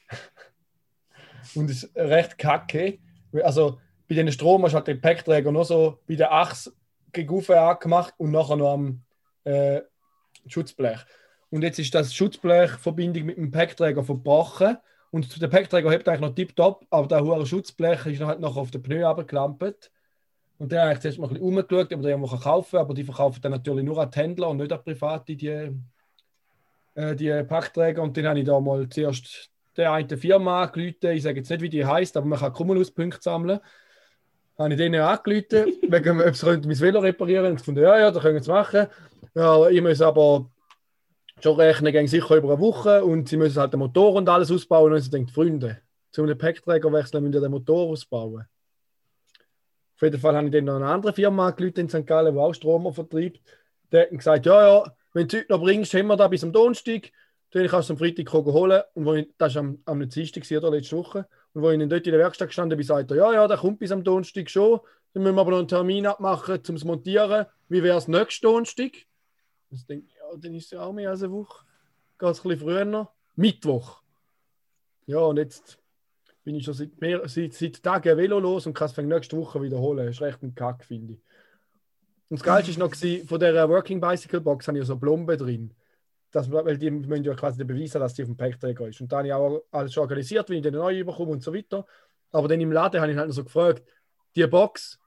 Und es ist recht kacke. Also bei den Strom hast du halt den Packträger noch so bei der Achse gegen angemacht und nachher noch am Schutzblech. Und jetzt ist das Schutzblechverbindung mit dem Packträger verbrochen. Und der Packträger hebt eigentlich noch tipptopp, aber der hohe Schutzblech ist halt noch auf den Pneu abgeklampert. Und dann habe ich zuerst mal ein bisschen umgeschaut, ob man den irgendwo kaufen kann. Aber die verkaufen dann natürlich nur an die Händler und nicht an Private, die Packträger. Und dann habe ich da mal zuerst der eine Firma angerufen. Ich sage jetzt nicht, wie die heisst, aber man kann Cumulus-Punkte sammeln. Habe ich denen angerufen, wegen ob sie mein Velo reparieren können. Und ich fand, ja, das können sie machen. Ja, ich muss aber schon rechnen, gehen sicher über eine Woche und sie müssen halt den Motor und alles ausbauen. Und ich denke, Freunde, zu einem Packträger wechseln, müssen wir den Motor ausbauen. Auf jeden Fall habe ich dann noch eine andere Firma angerufen in St. Gallen, die auch Stromer vertreibt. Der hat gesagt, ja, wenn du es heute noch bringst, haben wir da bis am Donnerstag. Dann kannst du es am Freitag holen. Und das war am Dienstag oder letzte Woche. Und wo ich dann dort in der Werkstatt gestanden bin, sagte er, ja, der kommt bis am Donnerstag schon. Dann müssen wir aber noch einen Termin abmachen, um es montieren. Wie wäre es nächsten Donnerstag? Und ich denke, ja, dann ist es ja auch mehr als eine Woche. Geht es ein bisschen früher. Mittwoch. Ja, und jetzt bin ich schon seit Tagen Velo los und kann es nächste Woche wiederholen. Das ist recht ein Kack, finde ich. Und das Geilste war noch, von dieser Working Bicycle Box habe ich so Plomben drin. Weil die müssen ja quasi beweisen, dass die auf dem Packträger ist. Und dann habe ich auch alles schon organisiert, wie ich den neu bekomme und so weiter. Aber dann im Laden habe ich halt noch so gefragt, die Box,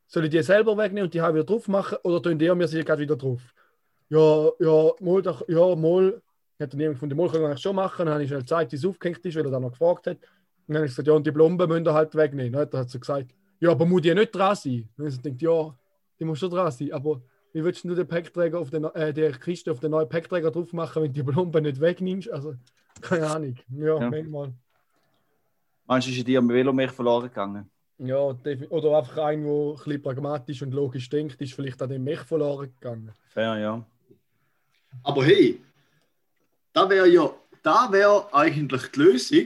soll ich die selber wegnehmen und die wieder drauf machen oder tun die mir sie gerade wieder drauf? Ja, mal doch, ja, mal. Hat dann jemand gefunden, mal können wir eigentlich schon machen. Dann habe ich schnell gezeigt, wie es aufgehängt ist, weil er dann noch gefragt hat. Und dann habe ich gesagt, ja, und die Blomben müssen ihr halt wegnehmen. Dann hat er gesagt, ja, aber muss die nicht dran sein? Und ich denke, ja, die muss schon dran sein, aber wie willst du den Packträger auf die Kiste auf den neuen Packträger drauf machen, wenn du die Blomben nicht wegnimmst? Also, keine Ahnung. Ja. Manchmal. Meinst du, ist in dir am Velomech verloren gegangen? Ja, oder einfach ein, der ein bisschen pragmatisch und logisch denkt, ist vielleicht an dem Mech verloren gegangen. Fair, ja. Aber hey, da wäre eigentlich die Lösung.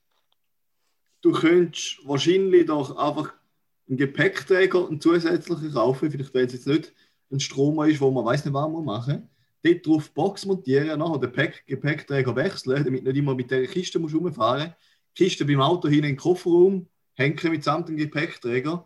Du könntest wahrscheinlich doch einfach einen Gepäckträger, einen zusätzlichen kaufen, vielleicht wenn es jetzt nicht ein Strom ist, wo man weiß nicht, was man machen. Dort drauf Box montieren, nachher den Gepäckträger wechseln, damit nicht immer mit der Kiste rumfahren musst. Kiste beim Auto hin in den Kofferraum, hängen mitsamt dem Gepäckträger.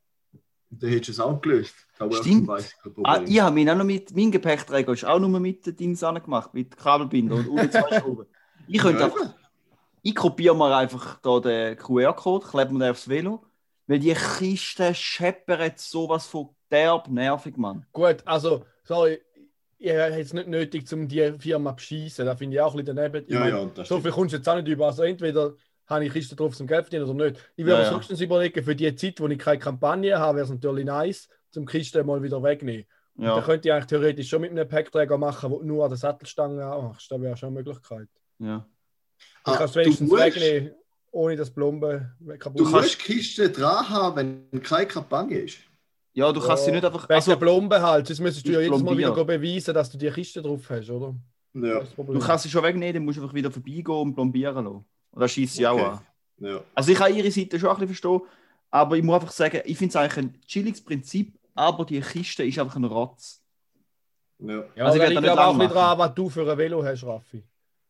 Und dann hättest du es auch gelöst. Stimmt. Ich habe mich auch noch mein Gepäckträger ist auch nur mit den Dings gemacht, mit Kabelbinder und unten 2 Schrauben. Ich könnte einfach, ich kopiere mir einfach da den QR-Code, klebe mir den aufs Velo, weil die Kiste scheppert sowas von derb nervig, Mann. Gut, also, sorry, ich habe jetzt nicht nötig, um die Firma zu beschissen. Da finde ich auch ein bisschen daneben. So viel kommst du jetzt auch nicht über. Also entweder habe ich Kiste drauf zum Geld verdienen oder nicht. Ich würde höchstens überlegen, für die Zeit, wo ich keine Kampagne habe, wäre es natürlich nice, zum Kiste mal wieder wegnehmen. Ja. Da könnte ich eigentlich theoretisch schon mit einem Packträger machen, wo du nur an der Sattelstange machst. Das wäre schon eine Möglichkeit. Ja. Du kannst wenigstens wegnehmen, ohne das Blombe kaputt. Du kannst Kiste dran haben, wenn keine Kampagne ist. Ja, du kannst sie nicht einfach... Wegen der Blombe halt, sonst müsstest du ja jedes Mal wieder beweisen, dass du die Kiste drauf hast, oder? Ja. Du kannst sie schon wegnehmen, dann musst du einfach wieder vorbeigehen und plombieren lassen. Und das schießt sie auch an. Ja. Also ich kann ihre Seite schon ein bisschen verstehen, aber ich muss einfach sagen, ich finde es eigentlich ein chilliges Prinzip, aber die Kiste ist einfach ein Rotz. Ja, also ich glaube auch nicht dran, was du für ein Velo hast, Raffi.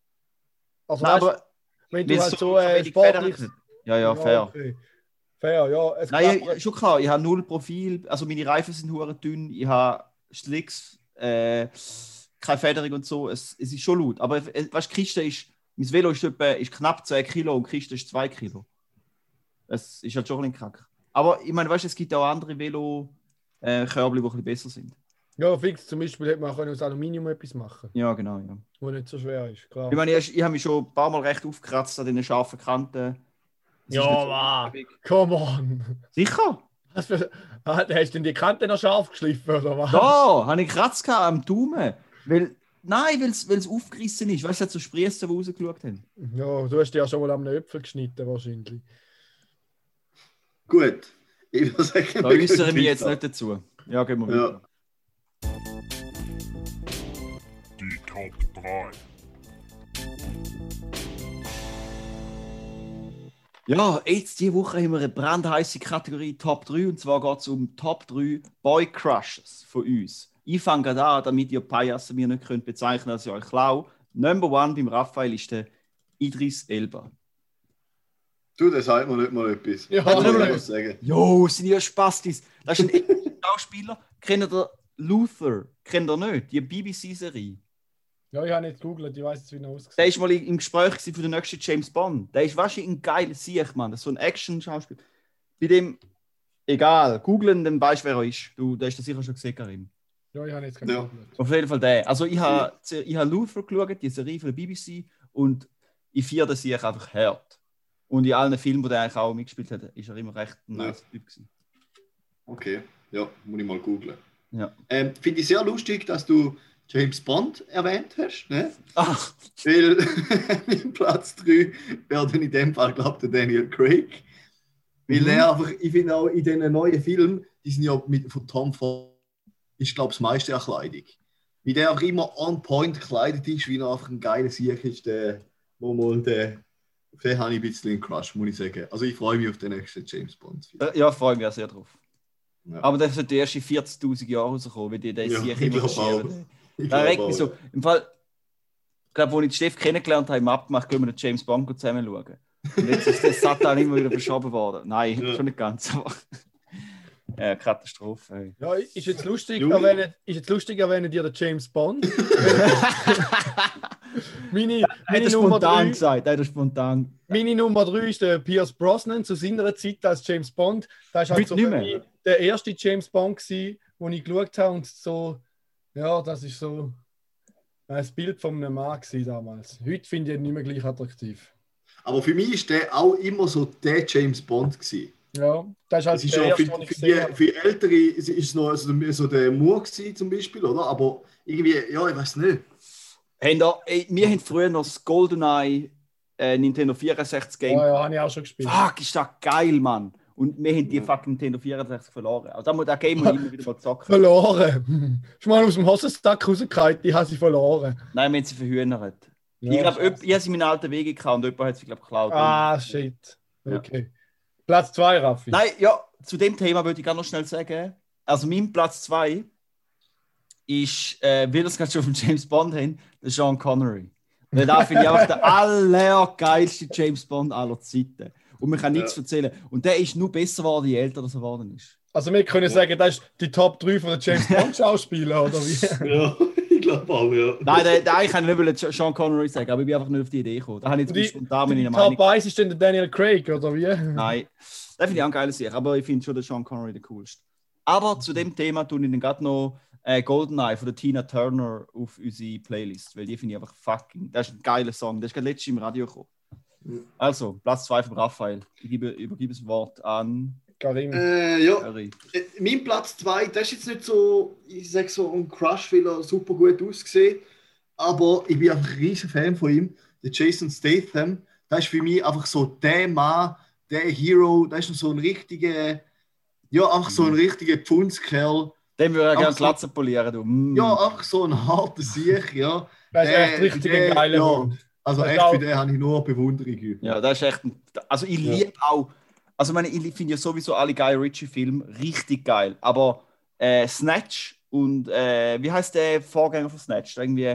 Also nein, aber wenn du halt so sportlich... Ja, fair. Okay. Fair, ja. Nein, schon klar, ich habe 0 Profil, also meine Reifen sind hure dünn, ich habe Slicks, keine Federung und so, es ist schon laut. Aber weißt du, Kiste ist, mein Velo ist knapp 2 Kilo und Kiste ist 2 Kilo. Es ist halt schon ein bisschen krank. Aber ich meine, weißt du, es gibt auch andere Velo-Körbchen, die ein bisschen besser sind. Ja, fix, zum Beispiel hätte man auch aus Aluminium etwas machen. Ja, genau, ja. Wo nicht so schwer ist, klar. Ich meine, ich habe mich schon ein paar Mal recht aufgekratzt an den scharfen Kanten. Ja, wow. Come on. Sicher? Hast du denn die Kante noch scharf geschliffen, oder was? Da, habe ich Kratz am Daumen. Weil es aufgerissen ist. Weißt du, so Sprießen, die rausgeschaut haben. Ja, du hast ja schon mal am Äpfel geschnitten, wahrscheinlich. Gut. Ich würde sagen, da äußere mich jetzt nicht dazu. Ja, gehen wir weiter. Die Top 3. Ja, jetzt diese Woche haben wir eine brandheiße Kategorie Top 3 und zwar geht es um Top 3 Boy Crushes von uns. Ich fange gerade an, damit ihr Payassen mir nicht könnt bezeichnen, dass ich euch klau. Number 1 beim Raphael ist der Idris Elba. Du, das sagt mir nicht mal etwas. Ja, was sagen. Jo, sind ja Spastis. Das ist ein Schauspieler. Kennt ihr Luther? Kennt ihr nicht? Die BBC-Serie. Ja, ich habe nicht gegoogelt, ich weiß jetzt, wie er aussieht. Der war mal im Gespräch für den nächsten James Bond. Der ist wahrscheinlich ein geiler Sieg, Mann. Das ist so ein Action-Schauspieler. Bei dem, egal, googlen, dann weißt du, wer er ist. Du hast das sicher schon gesehen, Karim. Ja, ich habe jetzt gegoogelt. Auf jeden Fall der. Also ich habe Luther geschaut, die Serie von der BBC, und ich feiere den Sieg einfach hart. Und in allen Filmen, wo der eigentlich auch mitgespielt hat, ist er immer recht ein nice Typ gewesen. Okay, ja, muss ich mal googlen. Ja. Finde ich sehr lustig, dass du James Bond erwähnt hast, ne? Ach. Weil mit Platz 3 wäre dann in dem Fall, glaube ich, der Daniel Craig. Weil er einfach, ich finde auch in diesen neuen Filmen, die sind ja von Tom Ford, ist, glaube ich, das meiste an Kleidung. Wie der auch immer on point gekleidet ist, wie er einfach ein geiler Sieg ist, wo mal den habe ich ein bisschen einen Crush, muss ich sagen. Also ich freue mich auf den nächsten James Bond. Ja, freue mich auch sehr drauf. Ja. Aber der sollte erst in 40'000 Jahren rauskommen, weil die Sieg immer verschieben. Da regt mich so. Im Fall, ich glaube, als ich Steff kennengelernt habe, im Abgemacht, gehen wir den James Bond zusammen schauen. Und jetzt ist der Satan immer wieder verschoben worden. Nein, schon nicht ganz. Aber Katastrophe. Ey. Ja, ist jetzt lustig, Juli? erwähnen dir den James Bond. meine Hat er Nummer spontan 3. gesagt, hat er spontan. Meine Nummer 3 ist der Pierce Brosnan zu seiner Zeit als James Bond. Das war halt Heute so nicht für mehr. mich der erste James Bond, den ich geschaut habe. Und so, ja, das ist so ein Bild von einem Mann damals. Heute finde ich ihn nicht mehr gleich attraktiv. Aber für mich ist der auch immer so der James Bond gewesen. Ja, das ist halt Es ist der ja erste, für, den ich für, gesehen habe. die, für Ältere ist es noch so der Moore gewesen, zum Beispiel, oder? Aber irgendwie, ja, ich weiß nicht. Wir haben früher noch das GoldenEye Nintendo 64 Game. Ja, habe ich auch schon gespielt. Fuck, ist das geil, Mann. Und wir haben die fucking Nintendo 64 verloren. Also das Game muss ich immer wieder mal zocken. Verloren. Ist mal aus dem Hosenstack rausgefallen, die habe sie verloren. Nein, wir haben sie verhühnert. Ja, Ich glaube, ich habe sie in meinen alten Wege gehabt und jemand hat sie, glaube ich, geklaut. Ah, shit. Okay. Platz 2, Raffi. Nein, ja, zu dem Thema würde ich gerne noch schnell sagen. Also mein Platz 2 ist, weil wir es gerade schon von James Bond haben, der Sean Connery. Weil da finde ich einfach der allergeilste James Bond aller Zeiten. Und man kann nichts erzählen. Und der ist nur besser geworden, je älter er geworden ist. Also wir können sagen, das ist die Top 3 von den James Bond Schauspielern, oder wie? Ja, ich glaube auch, ja. Nein, ich kann nicht Sean Connery sagen, aber ich bin einfach nicht auf die Idee gekommen. Da habe ich jetzt spontan meine Die Meinung. Top 1 ist dann der Daniel Craig, oder wie? Nein, das finde ich auch ein geiler Sieg, aber ich finde schon den Sean Connery der coolste. Aber zu dem Thema tue ich dann gerade noch GoldenEye von der Tina Turner auf unsere Playlist, weil die finde ich einfach fucking, das ist ein geiler Song, der ist gerade letztens im Radio gekommen. Also, Platz 2 von Raphael. Ich übergebe das Wort an Karim. Ja, Harry. mein Platz 2, das ist jetzt nicht so, ich sage so ein Crush, weil er super gut ausgesehen, aber ich bin einfach ein riesen Fan von ihm, der Jason Statham. Das ist für mich einfach so der Mann, der Hero, das ist so ein richtiger, ja, einfach so ein richtiger Pfundskerl. Den würde ich gerne Auch so- Glatze polieren, du. Ja, einfach so ein harter Sieg, ja. Das ist echt richtig ein geiler ja, Hund. also Das ist echt, auch- für den habe ich nur Bewunderung. Ja, das ist echt. Also, ich liebe auch. Also, ich finde ja sowieso alle Guy Ritchie-Filme richtig geil. Aber Snatch und wie heißt der Vorgänger von Snatch? Irgendwie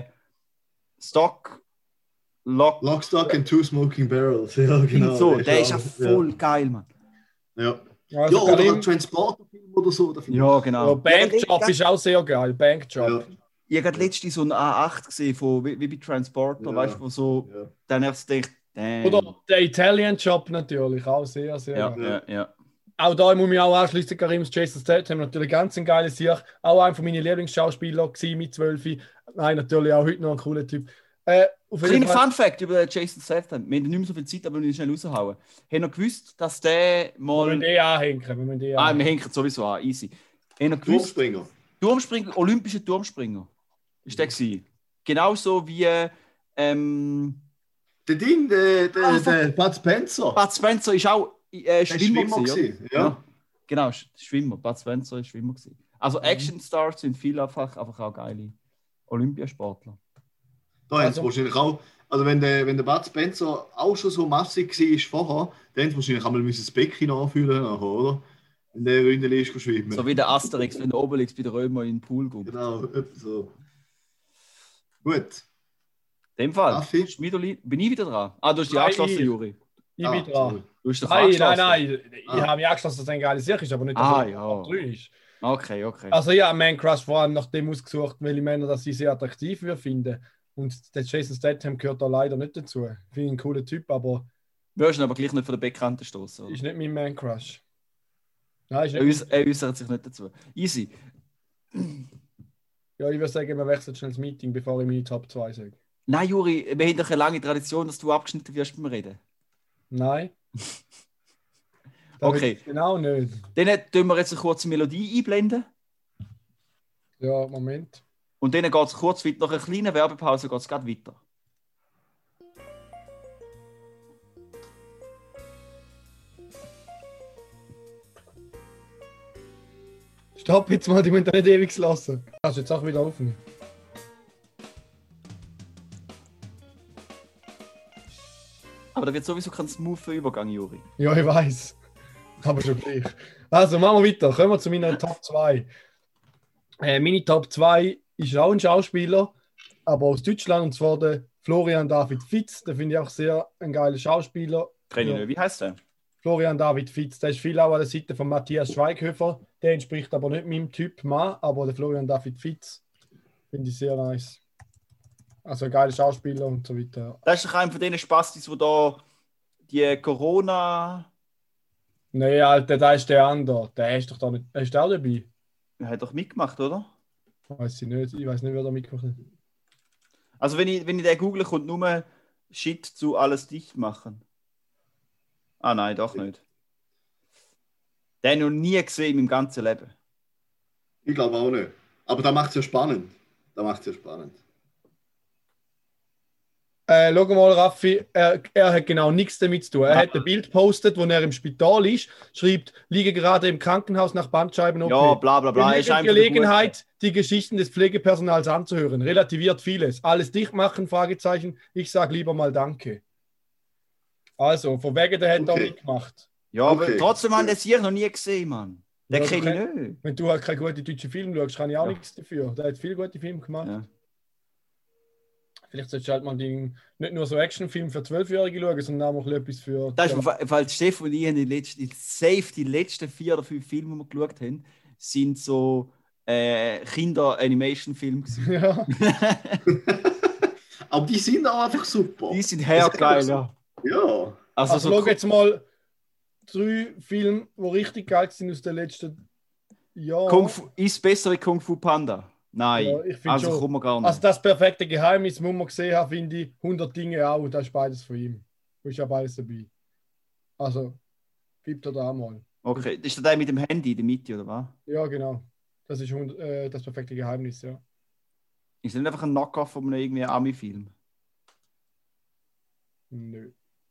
Lock, Stock and Two Smoking Barrels, ja, genau. So, der ist ja auch- voll geil, Mann. Ja, Also ja oder Karim, ein Transporter-Film oder so. da finde ich- Ja, ja, genau. Bankjob ist auch sehr geil. Bankjob. Ja. Ich habe gerade letztens so einen A8 gesehen, von, wie bei Transporter, Ja. weißt du, wo so. Ja. Dann erst denkt, damn. Oder der Italian Job natürlich, auch sehr, sehr Ja, geil. ja. Auch da muss ich auch anschließen, Karim, Jason Statham, natürlich ganz ein geiles Sieg. Auch einer von meinen Lieblingsschauspieler gewesen mit 12. Nein, natürlich auch heute noch ein cooler Typ. Auf jeden Kleiner Fall, Fun Fact über Jason Statham. Wir haben nicht mehr so viel Zeit, aber wir müssen schnell raushauen. Haben noch gewusst, dass der wir mal. müssen den anhängen. Wir müssen den Wir anhängen. hängen sowieso an, easy. Haben noch gewusst, Turmspringer. Turmspringer, olympischer Turmspringer. Ist der gewesen. Genauso wie Der Ding, der Bud Spencer. Bud Spencer ist auch Der ist Schwimmer gewesen, gewesen, ja. Genau, Schwimmer. Bud Spencer ist Schwimmer gewesen. Also Actionstars sind einfach auch geile Olympiasportler. Da haben sie wahrscheinlich auch, also wenn der Bud Spencer auch schon so massig war vorher, dann haben sie wahrscheinlich einmal das Becken anfüllen nachher, oder? Wenn der Ründeli ist schwimmen. So wie der Asterix, wenn der Obelix bei den Römern in den Pool geht. Genau, etwa so. Gut. In dem Fall, Raffi? Schmiederli, bin ich wieder dran? Ah, du hast dich Nein, angeschlossen, ich. Juri. Ich bin dran. sorry. Du hast dich Nein, angeschlossen. nein. Ich habe mich angeschlossen, dass es ein geiles Sieg ist, aber nicht, dass Ah, er ja. Top 3 ist. Okay. Also ja, Man Crush vor allem nach dem ausgesucht, weil ich meine, dass ich sehr attraktiv würde finden. Und der Jason Statham gehört da leider nicht dazu. Ich finde ihn ein cooler Typ, aber Du wirst ihn aber gleich nicht von den Bekannten stoßen. ist nicht mein Man Crush. Nein, ist Er nicht. er äußert sich nicht dazu. Easy. Ja, ich würde sagen, wir wechseln schnell das Meeting, bevor ich meine Top 2 sage. Nein, Juri, wir haben doch eine lange Tradition, dass du abgeschnitten wirst beim Reden. Nein. Okay. Genau nicht. Dann tun wir jetzt eine kurze Melodie einblenden. Ja, Moment. Und dann geht es kurz weiter. Nach einer kleinen Werbepause geht es gerade weiter. Stopp jetzt mal, die müssen da nicht ewig lassen. Kannst du jetzt auch wieder aufnehmen. Aber da wird sowieso kein smoother Übergang, Juri. Ja, ich weiß. Aber schon gleich. Also, machen wir weiter. Kommen wir zu meiner Top 2. Meine Top 2 ist auch ein Schauspieler, aber aus Deutschland, und zwar der Florian David Fitz. Den finde ich auch sehr ein geiler Schauspieler. Kenn ich Ja. nicht. Wie heißt der? Florian David Fitz. Der ist viel auch an der Seite von Matthias Schweighöfer. Der entspricht aber nicht meinem Typ Mann, aber der Florian David Fitz finde ich sehr nice. Also ein geiler Schauspieler und so weiter. Das ist doch einer von denen Spastis, wo da die Corona... Nein, Alter, da ist der andere. Der ist doch da nicht. Ist der auch dabei? Er hat doch mitgemacht, oder? Weiß ich nicht. Ich weiß nicht, wer da mitgemacht hat. Also wenn ich den google, kommt nur Shit zu alles dicht machen. Ah nein, doch nicht. Den habe ich noch nie gesehen in meinem ganzen Leben. Ich glaube auch nicht. Aber da macht es ja spannend. Schau mal, Raffi, er hat genau nichts damit zu tun. Er hat ein Bild gepostet, wo er im Spital ist, schreibt, liege gerade im Krankenhaus nach Bandscheiben-OP. Ja, bla bla bla. Genügend Gelegenheit, die Geschichten des Pflegepersonals anzuhören. Relativiert vieles. Alles dicht machen, Fragezeichen. Ich sage lieber mal Danke. Also, von wegen, der hat er mitgemacht. Ja, aber Okay. trotzdem haben das hier noch nie gesehen, Mann. Den Ja, kenne ich nicht. Wenn du halt keine guten deutschen Filme schaust, kann ich auch nichts dafür. Der hat viele gute Filme gemacht. Ja. Vielleicht solltest du halt mal nicht nur so Actionfilme für 12-Jährige schauen, sondern auch mal etwas für... Das ist, weil Stefan und ich haben die letzten 4 oder 5 Filme, die wir geschaut haben, sind so Kinder-Animation-Filme gewesen. Ja. Aber die sind auch einfach super. Die sind hergeil, ja. Ja. Also, Also schau jetzt mal 3 Filme, die richtig geil sind aus den letzten Jahren. Kung Fu ist besser wie Kung Fu Panda. Nein, Ja, ich find also schon. kommen wir gar nicht. Also das perfekte Geheimnis, muss man gesehen haben, finde ich 100 Dinge auch. Das ist beides von ihm. Da ist ja beides dabei. Also, gibt er da mal. Okay, ist das der mit dem Handy in der Mitte, oder was? Ja, genau. Das ist das perfekte Geheimnis, ja. Ist das nicht einfach ein Knockoff von einem irgendwie Ami-Film? Nö.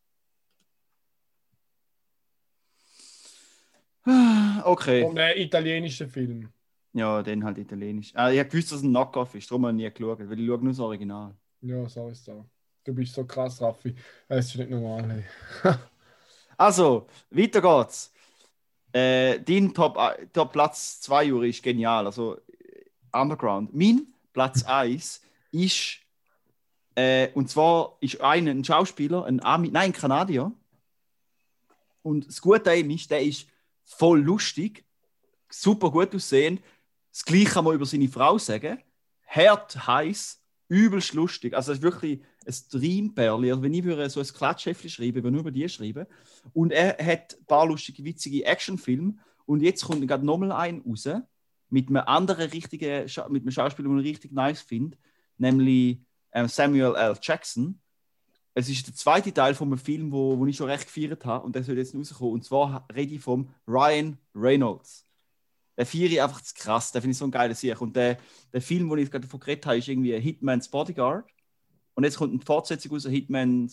Okay. Und ein italienischer Film. Ja, dann halt italienisch. Ich habe gewusst, dass es ein Knockoff ist, darum habe ich nie geschaut, weil ich schaue nur das Original. Ja, so ist das. Du bist so krass, Raffi. Das ist nicht normal. Hey. Also, weiter geht's. Dein Top Platz 2, Juri, ist genial. Also, Underground. Mein Platz 1 ist, und zwar ist ein Schauspieler, ein Kanadier. Und das Gute an ihm ist, der ist voll lustig, super gut aussehend. Das Gleiche kann man über seine Frau sagen. Hart, heiß, übelst lustig. Also, das ist wirklich ein Dreamperli. Also, wenn ich würde so ein Klatschheft schreiben, würde nur über die schreiben. Und er hat ein paar lustige, witzige Actionfilme. Und jetzt kommt gerade nochmal ein raus mit einem anderen mit einem Schauspieler, den ich richtig nice finde, nämlich Samuel L. Jackson. Es ist der zweite Teil von einem Film, wo ich schon recht gefeiert habe. Und der soll jetzt rauskommen. Und zwar rede ich vom Ryan Reynolds. Den feiere ich einfach zu krass. Den finde ich so ein geiler Sieg. Und der Film, den ich gerade davon geredet habe, ist irgendwie Hitman's Bodyguard. Und jetzt kommt eine Fortsetzung raus, Hitman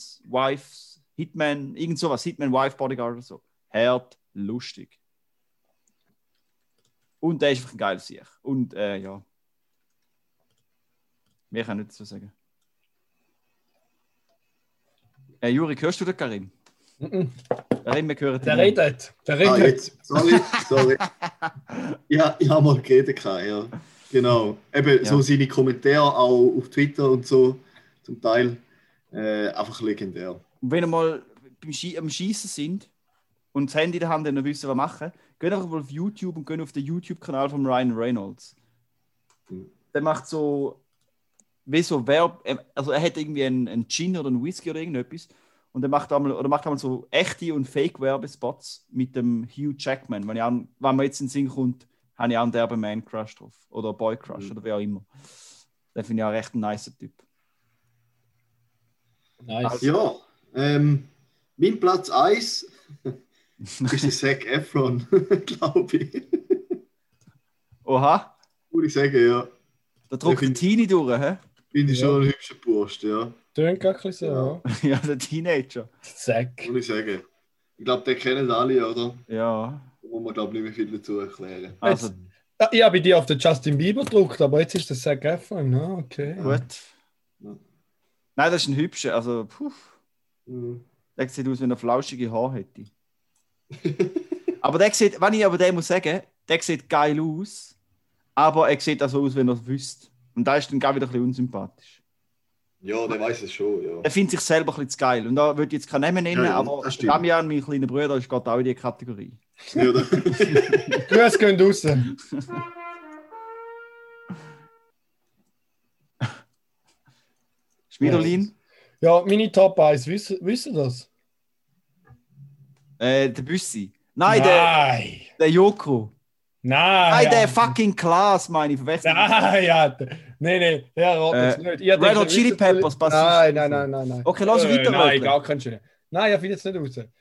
Wife Bodyguard oder so. Hart, lustig. Und der ist einfach ein geiler Sieg. Und ja. Mehr kann ich nicht dazu sagen. Juri, hörst du den Karim? Karim, wir hören Der den. redet. Jetzt. Sorry. Ja, ich habe mal geredet, ja. Genau. Eben so seine Kommentare auch auf Twitter und so, zum Teil. Einfach legendär. Und wenn ihr mal am Schießen sind und das Handy in der Hand haben und wissen, was machen, geht einfach mal auf YouTube und geht auf den YouTube-Kanal von Ryan Reynolds. Der macht so, wie so also er hat irgendwie einen Gin oder einen Whisky oder irgendetwas und er macht einmal so echte und Fake-Werbespots mit dem Hugh Jackman. Wenn man jetzt in den Sinn kommt, habe ich auch einen derben Man-Crush drauf. Oder Boy-Crush oder wie auch immer. Den finde ich auch recht ein nicer Typ. Nice. Ja, mein Platz 1 ist der Zac Efron, glaube ich. Oha, Würde ich sagen, ja. da drückt der Teenie durch, hä? Finde ich schon ein hübscher Bursch, ja. Tönt gar nicht so, ja. Ja, der Teenager. Zack. Würde ich sagen. Ich glaube, den kennen alle, oder? Ja, Da muss man, glaube ich, nicht mehr viel dazu erklären. also Ich habe bei dir auf den Justin Bieber gedruckt, aber jetzt ist das Zac Efron. Ah, okay. gut. Ja. Nein, das ist ein hübscher, also Mhm. der sieht aus, wenn er flauschige Haare hätte. Aber der sieht, wenn ich aber den muss sagen, der sieht geil aus, aber er sieht auch so aus, wenn er es wüsste. Und da ist dann gar wieder ein bisschen unsympathisch. Ja, der weiß es schon, ja. Er findet sich selber ein bisschen zu geil. Und da würde ich jetzt keinen Namen nennen, Ja, aber das stimmt. Damian, mein kleiner Bruder, ist gerade auch in die Kategorie. Ja, da- Grüß gehen raus. Schmiederlin, Ja, meine Top 1, wissen das? der Büssi. Nein, Nein. der Joko. Nein. Nein, der ja. fucking Klaas, meine ich. Verwechselt. Nein, ja. Nein, der ratet es nicht. Ihr Red denkt, Hot ihr Chili wisst Peppers, es- Bassist. Nein. Okay, lass weiter. Nein, Röteln. gar keinen schönen. Nein, er findet es nicht raus.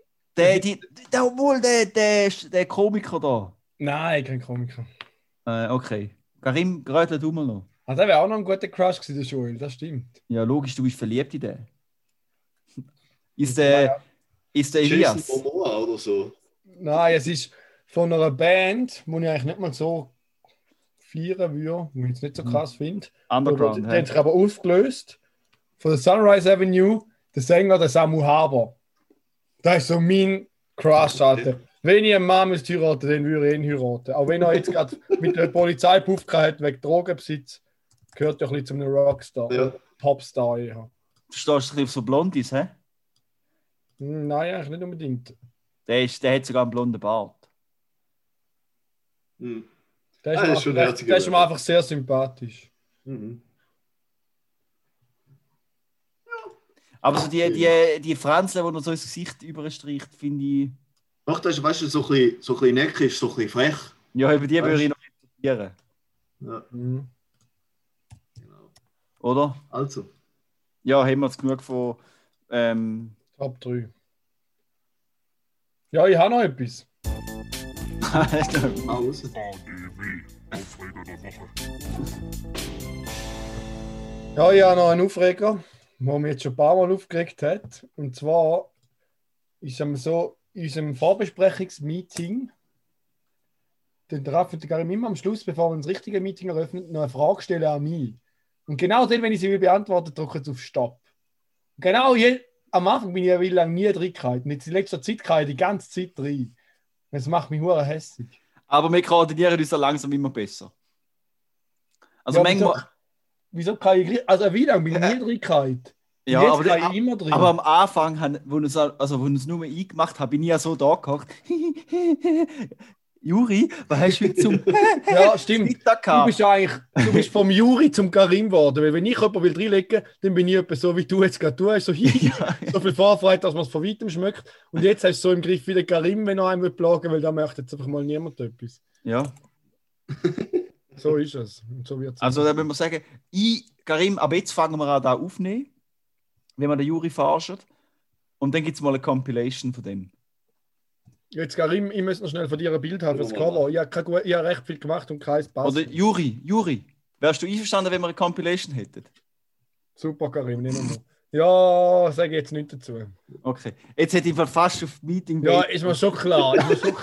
Der Komiker da. Nein, kein Komiker. Okay. Karim, grötle du mal noch. Ah, der wäre auch noch ein guter Crush gewesen, der Joel, das stimmt. Ja, logisch, du bist verliebt in den. Ist der Jason Elias? Momoa oder so. Nein, es ist von einer Band, die ich eigentlich nicht mal so feiern würde, die ich jetzt nicht so krass finde. Underground. Die haben sich aber aufgelöst. Von der Sunrise Avenue, der Sänger, der Samu Haber. Das ist so mein Crush, Alter. Wenn ich einen Mann müsste heiraten, dann würde ich ihn heiraten. Auch wenn er jetzt gerade mit der Polizei Puff hat wegen Drogenbesitz, gehört ja ein bisschen zu einem Rockstar. Ja. Popstar eher. Verstehst du ein bisschen auf so Blondies, hä? Nein, eigentlich nicht unbedingt. Der hat sogar einen blonden Bart. Hm. Der ist, Ah, mir, ist schon der, herzig der ist mir gewesen. einfach sehr sympathisch. Mhm. Aber so die Franzle, die noch so ins Gesicht überstreicht, finde ich. Doch, das ist, weißt du, so ein bisschen neckisch, so ein bisschen frech. Ja, über die Weißt- würde ich noch interessieren. Ja, Mhm. genau. Oder? Also. Ja, haben wir jetzt genug von. Top 3. Ja, ich habe noch etwas. Aus. ADW, Aufreger der Woche. Ja, ich habe noch einen Aufreger, der mich jetzt schon ein paar Mal aufgeregt hat. Und zwar ist es so, in unserem Vorbesprechungsmeeting, den treffen wir immer am Schluss, bevor wir das richtige Meeting eröffnen, noch eine Frage stellen an mich. Und genau dann, wenn ich sie will beantworten, drücke ich auf Stopp. Und genau am Anfang bin ich ja lang nie drin gehalten. Und jetzt in letzter Zeit kann ich die ganze Zeit drin. Das macht mich hure hässlich. Aber wir koordinieren uns ja langsam immer besser. Also Ja, manchmal. Wieso kann ich, also wie lange bin ich nie drin gehalten? Ja, Jetzt aber, kann ich immer drin. aber am Anfang, wo ich es nur eingemacht habe, bin ich ja so da gehockt. Juri, was hast du heute zum Ja, stimmt. Mittag Du gehabt? bist ja eigentlich, du bist vom Juri zum Karim geworden. Weil wenn ich jemanden will reinlegen, dann bin ich etwa so, wie du jetzt gerade tust. So, so viel Vorfreude, dass man es von weitem schmeckt. Und jetzt hast du so im Griff wie der Karim, wenn er einen plagen will, weil da möchte jetzt einfach mal niemand etwas. Ja. So ist es. Und so wird's. Also da müssen wir sagen, Karim, aber jetzt fangen wir an, da aufnehmen, wenn wir den Juri verarscht. Und dann gibt es mal eine Compilation von dem. Jetzt Karim, ich muss noch schnell von dir ein Bild haben fürs Cover. Ich habe recht viel gemacht und keins passt. Oder Juri, wärst du einverstanden, wenn wir eine Compilation hätten? Super, Karim, nicht mehr. Ja, sage ich jetzt nicht dazu. Okay. Jetzt hätte ich fast auf Meeting. Ja, ist mir schon klar.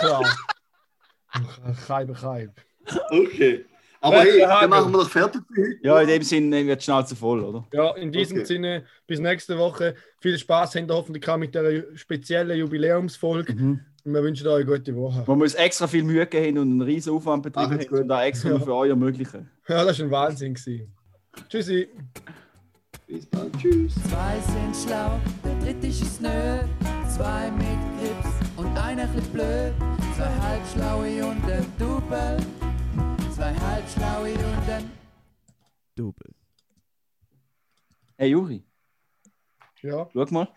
Keib. Okay. Aber hey, dann machen wir das fertig für heute. Ja, in dem Sinne wird die Schnauze voll, oder? Ja, in diesem Okay. Sinne, bis nächste Woche. Viel Spaß habt ihr hoffentlich auch mit der speziellen Jubiläumsfolge. Und wir wünschen euch eine gute Woche. Wo wir uns extra viel Mühe gegeben und einen riesen Aufwand betrieben Ach, jetzt haben, gut. und da extra nur für euch ermöglichen. Ja, das war ein Wahnsinn gewesen. Tschüssi. Bis bald. Tschüss. Zwei sind schlau, der dritte ist nö. Zwei mit Grips und einer chli blöd. Zwei halbschlaue und ein Double. Zwei halbschlaue und ein Double. Hey Juri, Ja. schau mal.